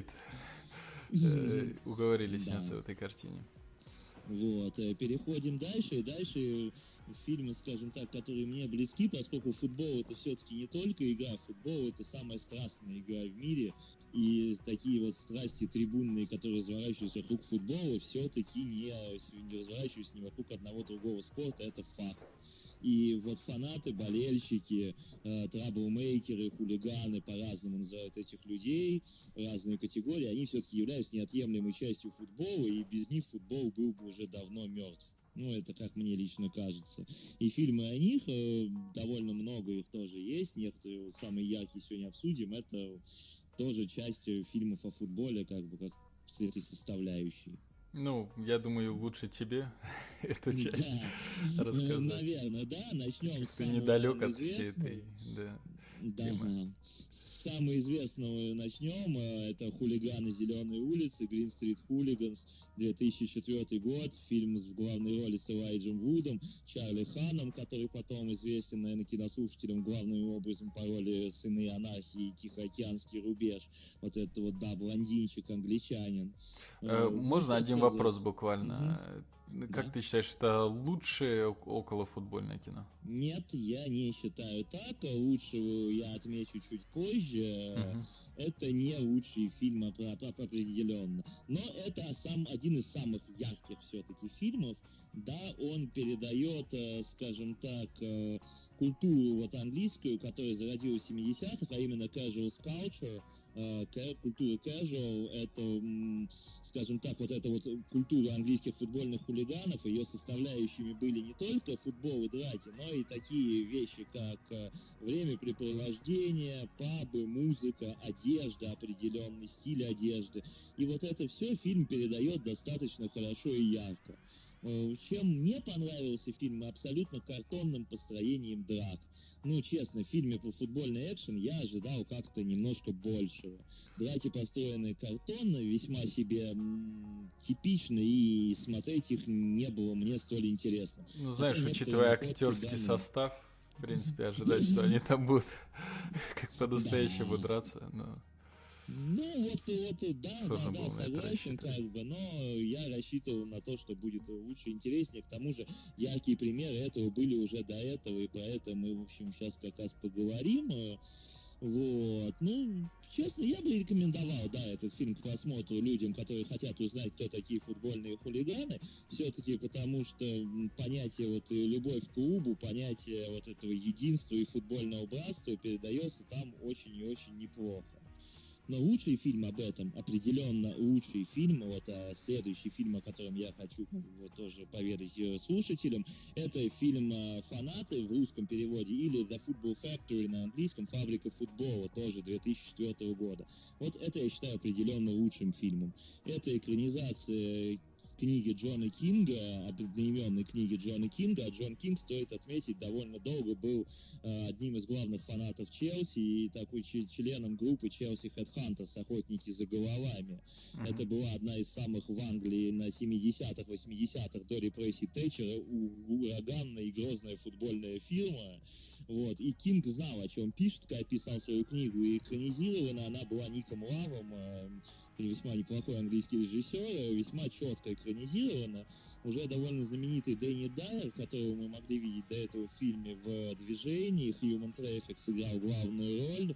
Э, Уговорили Да. сняться в этой картине. Вот, э, переходим дальше, и дальше фильмы, скажем так, которые мне близки, поскольку футбол — это все-таки не только игра, футбол — это самая страстная игра в мире, и такие вот страсти трибунные, которые разворачиваются вокруг футбола, все-таки не, не разворачиваются не вокруг одного другого спорта, это факт. И вот фанаты, болельщики, э, траблмейкеры, хулиганы, по-разному называют этих людей, разные категории, они все-таки являются неотъемлемой частью футбола, и без них футбол был бы уже давно мертв. Ну, это как мне лично кажется. И фильмы о них, э, довольно много их тоже есть. Некоторые вот самые яркие сегодня обсудим. Это тоже часть э, фильмов о футболе, как бы, как с этой составляющей. Ну, я думаю, лучше тебе эту Да, часть э, рассказать. наверное, да. Начнем с Ты самого недалек от всей известного. этой... Да. Да, темы. с самого известного начнем. Э, Это «Хулиганы Зеленой улицы», «Green Street Hooligans», две тысячи четвёртый год, фильм с- в главной роли с Элайджем Вудом, Чарли Ханом, который потом известен, наверное, кинослушателям главным образом по роли «Сыны анархии», «Тихоокеанский рубеж». Вот это вот, да, блондинчик, англичанин. Э, Э, ну, Можно что один сказать? вопрос буквально? Э, Как Да. ты считаешь, это лучшее околофутбольное кино? Нет, я не считаю так. Лучшего я отмечу чуть позже. Мгм. Это не лучший фильм опра- опра- определенно. Но это сам, один из самых ярких все-таки фильмов. Да, он передает, э, скажем так, э, культуру вот английскую, которая зародилась в семидесятых, а именно casual culture. Э, ка- Культура casual — это, м, скажем так, вот эта вот культура английских футбольных хулиганов, хулиганов. Ее составляющими были не только футбол и драки, но и такие вещи, как времяпрепровождение, пабы, музыка, одежда, определенный стиль одежды. И вот это все фильм передает достаточно хорошо и ярко. Чем мне понравился фильм, абсолютно картонным построением драк. Ну, честно, в фильме про футбольный экшен я ожидал как-то немножко большего. Драки, построенные картонно, весьма себе м, типичны, и смотреть их не было мне столь интересно. Ну, знаешь, учитывая актерский состав, в принципе, ожидать, что они там будут как по-настоящему драться, но... Ну, вот, вот, да, да, да, согласен, как бы, но я рассчитывал на то, что будет лучше, интереснее. К тому же, яркие примеры этого были уже до этого, и про это мы, в общем, сейчас как раз поговорим. Вот, ну, честно, я бы рекомендовал, да, этот фильм к просмотру людям, которые хотят узнать, кто такие футбольные хулиганы, все-таки потому что понятие вот любовь к клубу, понятие вот этого единства и футбольного братства передается там очень и очень неплохо. Но лучший фильм об этом, определенно лучший фильм, вот а следующий фильм, о котором я хочу вот, тоже поведать слушателям, это фильм «Фанаты» в русском переводе, или «The Football Factory» на английском, «Фабрика футбола», тоже две тысячи четвёртого года. Вот это я считаю определенно лучшим фильмом. Это экранизация книги Джона Кинга, одноименной книги Джона Кинга, а Джон Кинг, стоит отметить, довольно долго был э, одним из главных фанатов Челси и такой членом группы Челси Headhunters, охотники за головами. Uh-huh. Это была одна из самых в Англии на семидесятых, восьмидесятых до репрессий Тэтчера ураганная и грозная футбольная фирма. Вот. И Кинг знал, о чем пишет, когда писал свою книгу, и экранизирована она была Ником Лавом, э, весьма неплохой английский режиссер, весьма четко экранизировано. Уже довольно знаменитый Дэнни Дайер, которого мы могли видеть до этого в фильме «В движении», Human Traffic сыграл главную роль.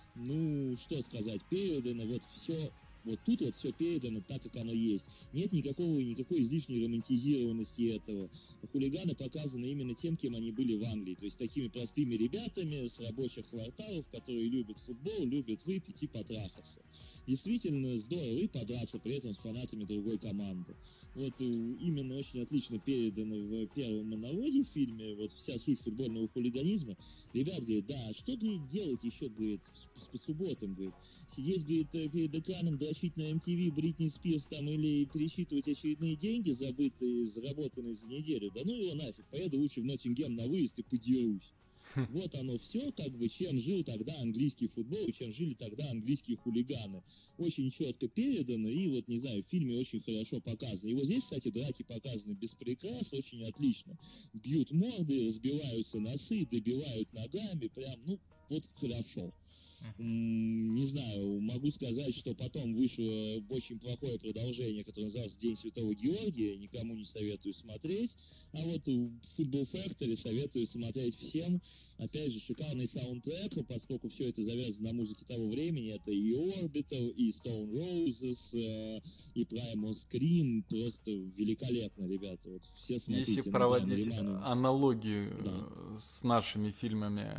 Ну, что сказать, передано вот все... Вот тут вот все передано так, как оно есть. Нет никакого, никакой излишней романтизированности этого. Хулиганы показаны именно тем, кем они были в Англии. То есть такими простыми ребятами с рабочих кварталов, которые любят футбол, любят выпить и потрахаться. Действительно здорово и подраться при этом с фанатами другой команды. Вот именно очень отлично передано в первом монологе в фильме. Вот вся суть футбольного хулиганизма. Ребят, говорит, да, что, говорит, делать еще, говорит, по субботам, говорит. Сидеть, говорит, перед экраном, дрочить на эм ти ви Бритни Спирс там или пересчитывать очередные деньги, забытые, заработанные за неделю, да ну его нафиг, поеду лучше в Ноттингем на выезд и подерусь. Вот оно все, как бы, чем жил тогда английский футбол и чем жили тогда английские хулиганы. Очень четко передано и вот, не знаю, в фильме очень хорошо показано. И вот здесь, кстати, драки показаны без прикрас, очень отлично. Бьют морды, разбиваются носы, добивают ногами, прям, ну, вот хорошо. Не знаю, могу сказать, что потом вышло очень плохое продолжение, которое называлось «День Святого Георгия», никому не советую смотреть, а вот Football Factory советую смотреть всем. Опять же, шикарный саундтрек, поскольку все это завязано на музыке того времени, это и Orbital, и Stone Roses, и Primal Scream, просто великолепно, ребята, вот все смотрите. Если проводить аналогию да. с нашими фильмами,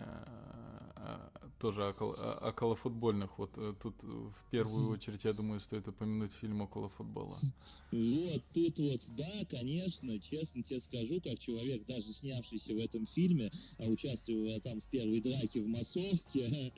тоже около, околофутбольных. Вот тут в первую очередь, я думаю, стоит упомянуть фильм «Около футбола». Вот, тут вот, да, конечно, честно тебе скажу, как человек, даже снявшийся в этом фильме, а участвуя там в первой драке в массовке.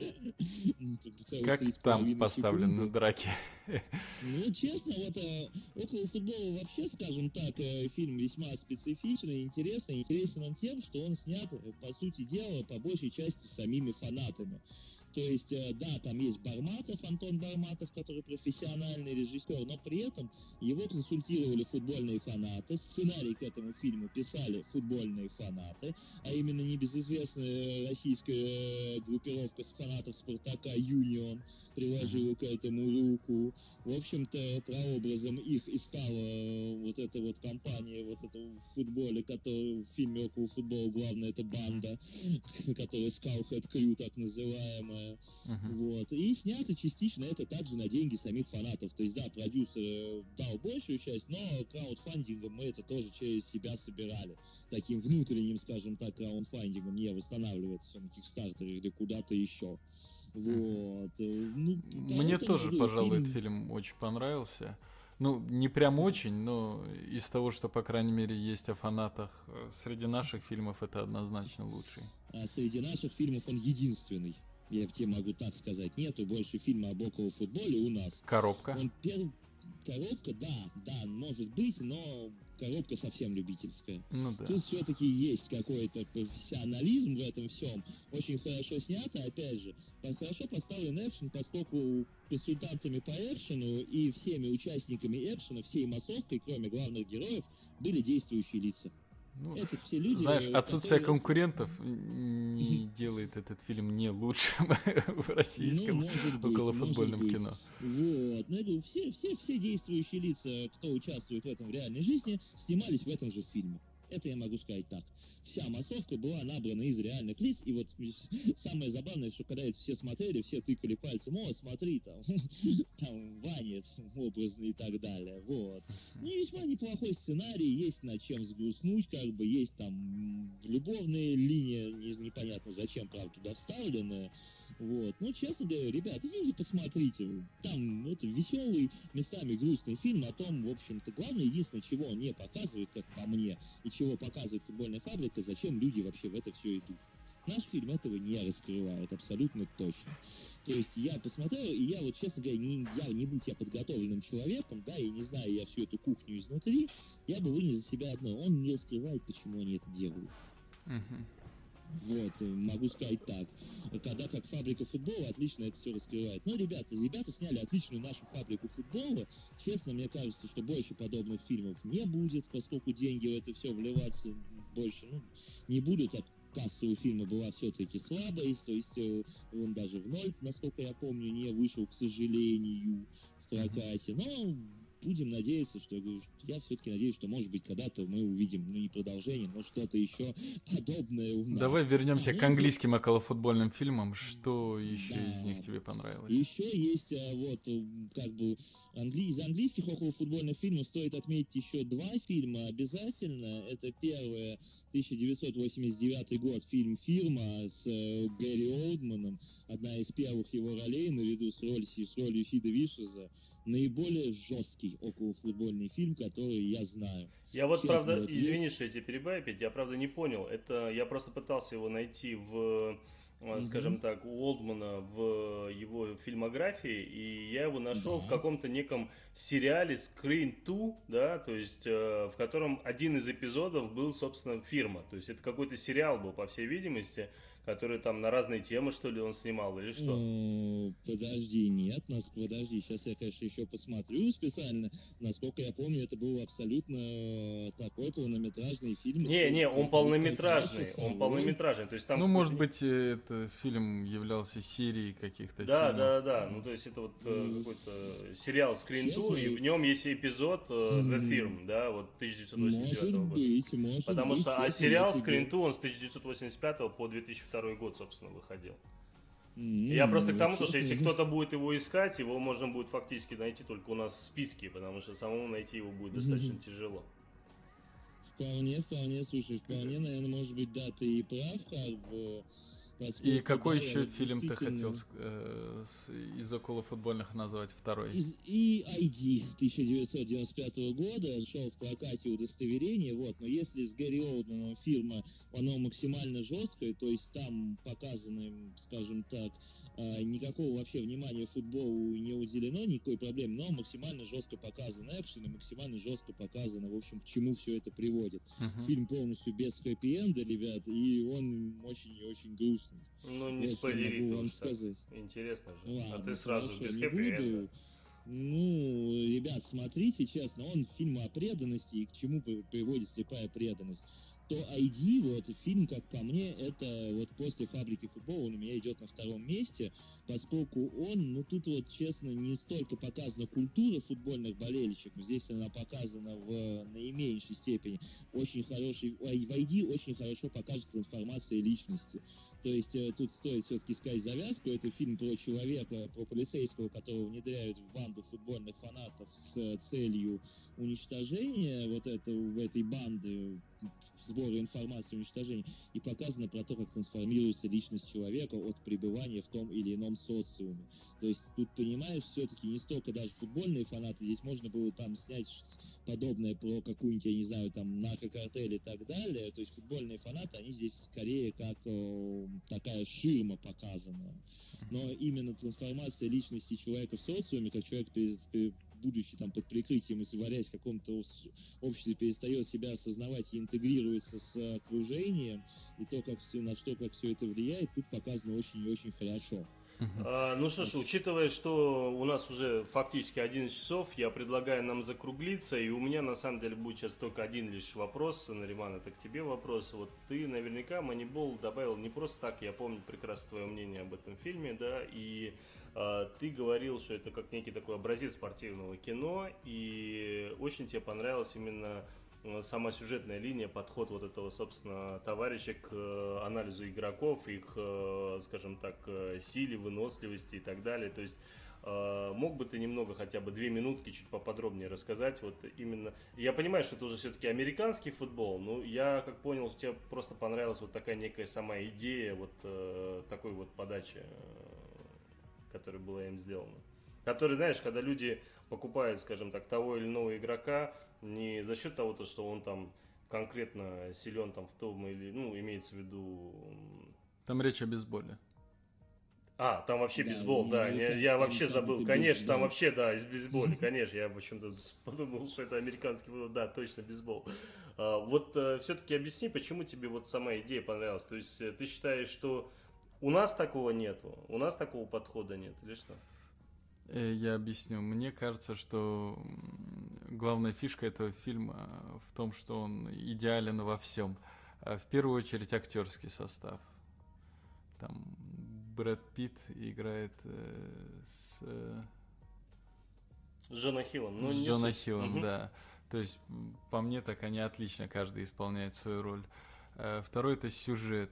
Как там поставлены драки? Ну, честно, вот «Около футбола» вообще, скажем так, фильм весьма специфичный, интересный. Интересен он тем, что он снят, по сути дела, по большей части самими фанатами. То есть, да, там есть Барматов, Антон Барматов, который профессиональный режиссер, но при этом его консультировали футбольные фанаты, сценарий к этому фильму писали футбольные фанаты, а именно небезызвестная российская группировка с фанатов «Спартака» «Юнион» приложила к этому руку. В общем-то, прообразом их и стала вот эта вот компания, вот это в футболе, который в фильме «Около футбола» главное, это банда, которая Skullhead Crew так называемая. Uh-huh. Вот. И снято частично это также на деньги самих фанатов. То есть, да, продюсер дал большую часть, но краудфандингом мы это тоже через себя собирали. Таким внутренним, скажем так, краудфандингом, не восстанавливать все на Кикстартере или куда-то еще. Вот. Ну, мне тоже, пожалуй, фильм... этот фильм очень понравился. Ну, не прям очень, но из того, что, по крайней мере, есть о фанатах, э, среди наших фильмов это однозначно лучший. А среди наших фильмов он единственный. Я тебе могу так сказать. Нету больше фильма об околофутболе у нас. Коробка. Он пер... Коробка, да, да, может быть, но коробка совсем любительская. Ну да. Тут все-таки есть какой-то профессионализм в этом всем. Очень хорошо снято, опять же. Хорошо поставлен экшен, поскольку консультантами по экшену и всеми участниками экшена, всей массовкой, кроме главных героев, были действующие лица. Ну, это все люди, знаешь, отсутствие которые... конкурентов не делает этот фильм не лучшим в российском ну, может быть, околофутбольном может быть. кино. Вот. Ну, я говорю, все, все, все действующие лица, кто участвует в этом в реальной жизни, снимались в этом же фильме. Это я могу сказать так. Вся массовка была набрана из реальных лиц, и вот самое забавное, что когда это все смотрели, все тыкали пальцем, о, смотри, там, там Ваня образный и так далее, вот. Ну, и весьма неплохой сценарий, есть над чем сгрустнуть, как бы, есть там любовные линии, не, непонятно зачем, правда, туда вставлены, вот. Ну, честно говоря, ребят, идите посмотрите, там, это веселый, местами грустный фильм о том, в общем-то, главное, единственное, чего он не показывает, как по мне, и чего показывает футбольная фабрика, зачем люди вообще в это все идут. Наш фильм этого не раскрывает, абсолютно точно. То есть я посмотрел, и я вот, честно говоря, не, я, не будь я подготовленным человеком, да, и не знаю я всю эту кухню изнутри, я бы вынес за себя одно. Он не раскрывает, почему они это делают. Мгм. Вот, могу сказать так. Когда как фабрика футбола отлично это все раскрывает. Ну, ребята, ребята сняли отличную нашу фабрику футбола. Честно, мне кажется, что больше подобных фильмов не будет, поскольку деньги в это все вливаться больше, ну, не будут. А кассовые фильмы была все-таки слабой, то есть он даже в ноль, насколько я помню, не вышел, к сожалению, в прокате. Но будем надеяться, что я все-таки надеюсь, что, может быть, когда-то мы увидим, ну, не продолжение, но что-то еще подобное у нас. Давай вернемся а к может... английским околофутбольным фильмам. Что еще да. из них тебе понравилось? Еще есть, вот, как бы, англи... из английских околофутбольных фильмов стоит отметить еще два фильма обязательно. Это первое, тысяча девятьсот восемьдесят девятый год, фильм «Фирма» с Гэри Олдманом. Одна из первых его ролей, наряду с ролью, с ролью Сида Вишеза. Наиболее жесткий околофутбольный фильм, который я знаю. Я вот, Честно, правда, вот извини, что я тебя перебиваю опять, я, правда, не понял. Это я просто пытался его найти в, mm-hmm. скажем так, у Олдмана в его фильмографии, и я его нашел да. в каком-то неком сериале Screen два, да, то есть э, в котором один из эпизодов был, собственно, «Фирма». То есть это какой-то сериал был, по всей видимости, который там на разные темы, что ли, он снимал, или что? Ну, подожди, нет, нас, подожди, сейчас я, конечно, еще посмотрю специально. Насколько я помню, это был абсолютно такой полнометражный фильм. Не, не, он полнометражный, он полнометражный, то есть там... Ну, может быть, это фильм являлся серией каких-то да, фильмов. Да, да, да, ну, то есть это вот mm. какой-то сериал Screen два, и в нем есть эпизод The Firm, да, вот тысяча девятьсот восемьдесят девятого года. Может быть, может Потому быть. что, а сериал Screen два, он с тысяча девятьсот восемьдесят пятого по две тысячи второй год, собственно, выходил. Mm, я просто к тому, что если кто-то будет его искать, его можно будет фактически найти только у нас в списке, потому что самому найти его будет достаточно mm-hmm. тяжело. Вполне, вполне, слушай, вполне, наверное, может быть, да, ты и прав, как бы. И какой еще фильм ты хотел э, с, из околофутбольных назвать второй? Из и ай ди тысяча девятьсот девяносто пятого года шел в прокате удостоверение, вот, но если с Гэри Олдманом фирма, оно максимально жесткое, то есть там показано, скажем так, никакого вообще внимания футболу не уделено, никакой проблемы, но максимально жестко показан экшен и максимально жестко показано, в общем, к чему все это приводит. Uh-huh. Фильм полностью без хэппи-энда, ребят, и он очень и очень грустный. Ну, не вот спойлери, могу вам сказать. Интересно же. Ладно, а ты сразу хорошо, без не буду. Ну, ребят, смотрите, честно, он фильм о преданности и к чему приводит слепая преданность. То ай ди, вот, фильм, как по мне, это вот после «Фабрики футбола» он у меня идет на втором месте, поскольку он, ну, тут вот, честно, не столько показана культура футбольных болельщиков, здесь она показана в наименьшей степени. Очень хороший, в ай ди очень хорошо покажет трансформация личности. То есть тут стоит все-таки сказать завязку, это фильм про человека, про полицейского, которого внедряют в банду футбольных фанатов с целью уничтожения вот этого, этой банды, сбора информации, уничтожения, и показано про то, как трансформируется личность человека от пребывания в том или ином социуме. То есть тут, понимаешь, все-таки не столько даже футбольные фанаты, здесь можно было там снять подобное про какую-нибудь, я не знаю, там, наркокартель и так далее. То есть футбольные фанаты, они здесь скорее как э, такая ширма показана. Но именно трансформация личности человека в социуме, как человек, будучи там под прикрытием и сварясь в каком-то обществе, перестает себя осознавать и интегрируется с окружением, и то, как все, на что, как все это влияет, тут показано очень и очень хорошо. А, ну что ж, учитывая, что у нас уже фактически одиннадцать часов, я предлагаю нам закруглиться, и у меня на самом деле будет сейчас только один лишь вопрос, Нариман, это к тебе вопрос. Вот ты наверняка Moneyball добавил не просто так, я помню прекрасно твое мнение об этом фильме, да, и а, ты говорил, что это как некий такой образец спортивного кино, и очень тебе понравилась именно сама сюжетная линия, подход вот этого, собственно, товарища к анализу игроков, их, скажем так, силе, выносливости и так далее. То есть мог бы ты немного, хотя бы две минутки, чуть поподробнее рассказать, вот именно... Я понимаю, что это уже все-таки американский футбол, но я, как понял, тебе просто понравилась вот такая некая сама идея вот такой вот подачи, которая была им сделана. Который, знаешь, когда люди покупают, скажем так, того или иного игрока, не за счет того, что он там конкретно силен там в том или, ну, имеется в виду... Там речь о бейсболе. А, там вообще да, бейсбол, да, не, я, там, я там, вообще там забыл, конечно, бейсбол. там вообще, да, из бейсбола, конечно, я почему-то подумал, что это американский футбол, да, точно, бейсбол. А, вот а, все-таки объясни, почему тебе вот сама идея понравилась, то есть ты считаешь, что у нас такого нету, у нас такого подхода нет, или что? Я объясню. Мне кажется, что главная фишка этого фильма в том, что он идеален во всем. В первую очередь актерский состав. Там Брэд Питт играет э, с... С Джона Хиллом. Ну, с Джона Хиллом, угу. да. То есть, по мне, так они отлично, каждый исполняет свою роль. Второй — это сюжет.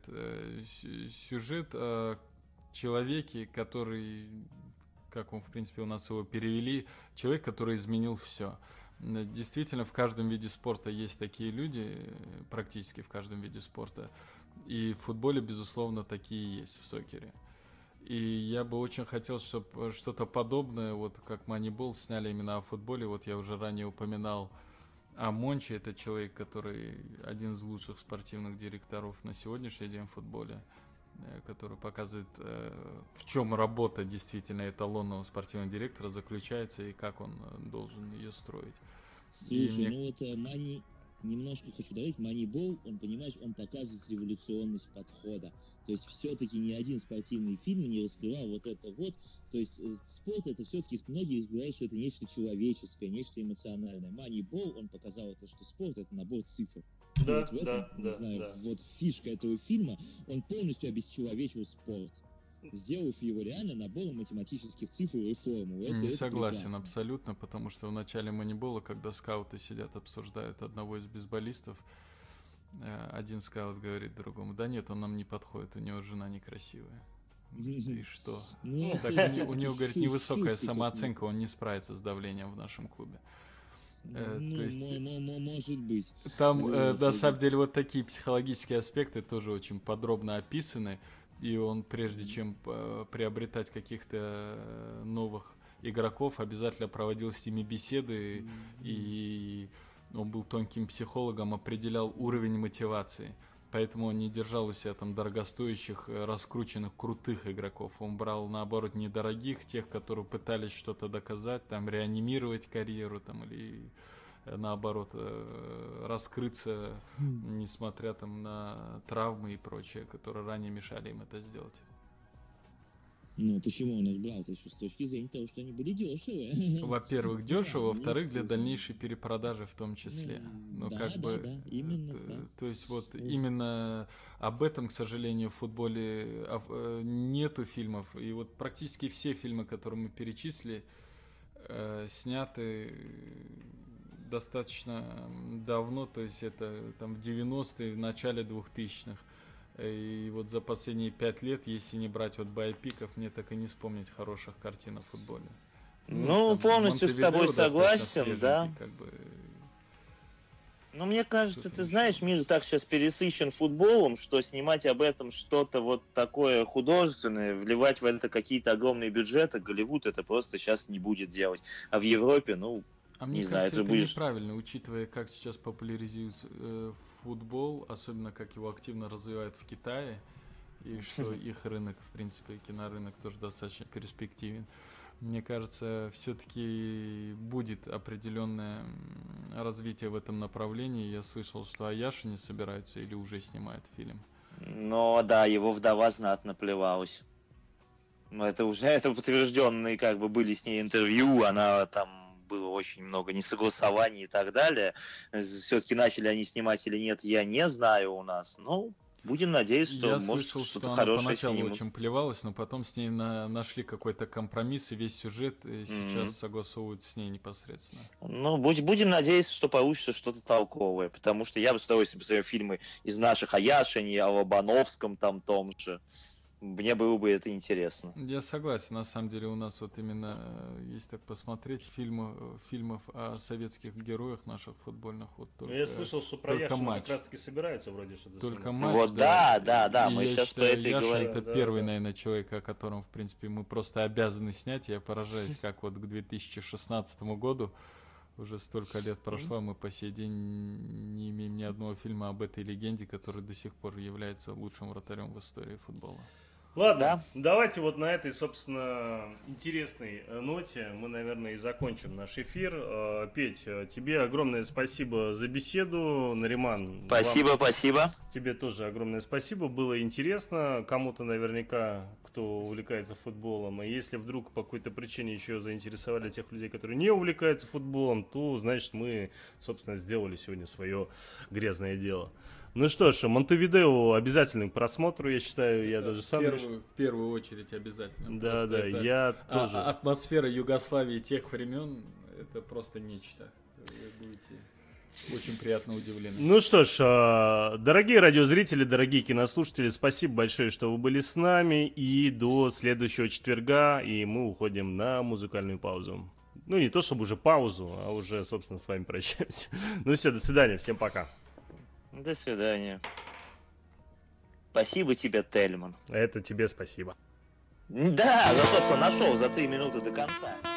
Сюжет о человеке, который... как он, в принципе, у нас его перевели, человек, который изменил все. Действительно, в каждом виде спорта есть такие люди, практически в каждом виде спорта, и в футболе, безусловно, такие есть, в сокере. И я бы очень хотел, чтобы что-то подобное, вот как Moneyball, сняли именно о футболе. Вот я уже ранее упоминал о Монче, это человек, который один из лучших спортивных директоров на сегодняшний день в футболе, который показывает, в чем работа действительно эталонного спортивного директора заключается и как он должен ее строить. Слушай, и ну вот Мани... немножко хочу добавить, Moneyball, он, понимаешь, он показывает революционность подхода. То есть все-таки ни один спортивный фильм не раскрывал вот это вот. То есть спорт это все-таки, многие говорят, что это нечто человеческое, нечто эмоциональное. Moneyball, он показал это, что спорт это набор цифр. Да, вот в этом, да, не да, знаю, да. вот фишка этого фильма, он полностью обесчеловечил спорт, сделав его реально набором математических цифр и формул. Это, не это согласен прекрасно. Абсолютно, потому что в начале Moneyball, когда скауты сидят, обсуждают одного из бейсболистов, один скаут говорит другому: да нет, он нам не подходит, у него жена некрасивая. И что? Ну, так это у него, говорит, шут- невысокая шутки самооценка, он не справится с давлением в нашем клубе. Э, Ну, то есть- мо- мо- мо- может быть. Там, Вот, э, на и- самом деле, вот такие психологические аспекты тоже очень подробно описаны. И он, прежде чем э, приобретать каких-то э, новых игроков, обязательно проводил с ними беседы. И он был тонким психологом, определял уровень мотивации. Поэтому он не держал у себя там дорогостоящих, э, раскрученных, крутых игроков. Он брал, наоборот, недорогих, тех, которые пытались что-то доказать, там, реанимировать карьеру, там, или э, наоборот, э, раскрыться, несмотря там на травмы и прочее, которые ранее мешали им это сделать. Ну, почему он их брал-то еще с точки зрения того, что они были дешевые? Во-первых, Да, дешево, во-вторых, для естественно. дальнейшей перепродажи в том числе. Ну, Ну, да, как да, бы, да, именно э, так. то есть вот Ух. именно об этом, к сожалению, в футболе а, э, нету фильмов. И вот практически все фильмы, которые мы перечислили, э, сняты достаточно давно, то есть это там в девяностые, в начале двухтысячных. И вот за последние пять лет, если не брать вот байопиков, мне так и не вспомнить хороших картин о футболе. Ну, там полностью с тобой Монтевидео достаточно согласен, свеженький, да. как бы. Ну, мне кажется, Что-то ты еще. знаешь, мир так сейчас пересыщен футболом, что снимать об этом что-то вот такое художественное, вливать в это какие-то огромные бюджеты, Голливуд это просто сейчас не будет делать. А в Европе, ну, А не мне знаю, кажется, это это будешь... неправильно, учитывая, как сейчас популяризуется э, футбол, особенно как его активно развивают в Китае, и что их рынок, в принципе, кинорынок тоже достаточно перспективен. Мне кажется, все-таки будет определенное м, развитие в этом направлении. Я слышал, что Аяши не собираются или уже снимают фильм. Но да, его вдова знатно плевалась. Ну, это уже это подтвержденные, как бы были с ней интервью, она там было очень много несогласований и так далее. Все-таки начали они снимать или нет, я не знаю у нас. Ну, будем надеяться, что Я может слышал, что-то что она хорошее поначалу снимут. очень плевалась, но потом с ней на- нашли какой-то компромисс, и весь сюжет э, сейчас Мгм. согласовывают с ней непосредственно. Ну, будь- будем надеяться, что получится что-то толковое, потому что я бы с удовольствием посмотрел фильмы из наших Аяшини, о Лобановском там том же. Мне было бы это интересно. Я согласен, на самом деле у нас вот именно, э, если так посмотреть, фильмы, э, фильмов о советских героях наших футбольных, вот Ну, только, я слышал, что про только Яшина матч. как раз-таки собираются вроде что-то только снимать. матч. Вот да, да, да, И мы я сейчас считаю, про это и Яша говорим. это Да, первый, да. наверное, человек, о котором, в принципе, мы просто обязаны снять. Я поражаюсь, как вот к две тысячи шестнадцатому году уже столько лет прошло, мы по сей день не имеем ни одного фильма об этой легенде, который до сих пор является лучшим вратарем в истории футбола. Ладно, Да. давайте вот на этой, собственно, интересной э, ноте мы, наверное, и закончим наш эфир. Э, Петь, э, тебе огромное спасибо за беседу. Нариман, Спасибо, вам- спасибо. тебе тоже огромное спасибо. Было интересно. Кому-то наверняка, кто увлекается футболом. И если вдруг по какой-то причине еще заинтересовали тех людей, которые не увлекаются футболом, то, значит, мы, собственно, сделали сегодня свое грязное дело. Ну что ж, Монтевидео обязательно к просмотру, я считаю, я даже в, сам... первую, в первую очередь обязательно. Да, Просто да, это- я а- тоже. а- атмосфера Югославии тех времен это просто нечто. Вы будете очень приятно удивлены. Ну что ж, э, дорогие радиозрители, дорогие кинослушатели, спасибо большое, что вы были с нами. И до следующего четверга, и мы уходим на музыкальную паузу. Ну, не то чтобы уже паузу, а уже, собственно, с вами прощаемся. Ну все, до свидания, всем пока. До свидания. Спасибо тебе, Тельман. Это тебе спасибо. Да, за то, что нашел за три минуты до конца.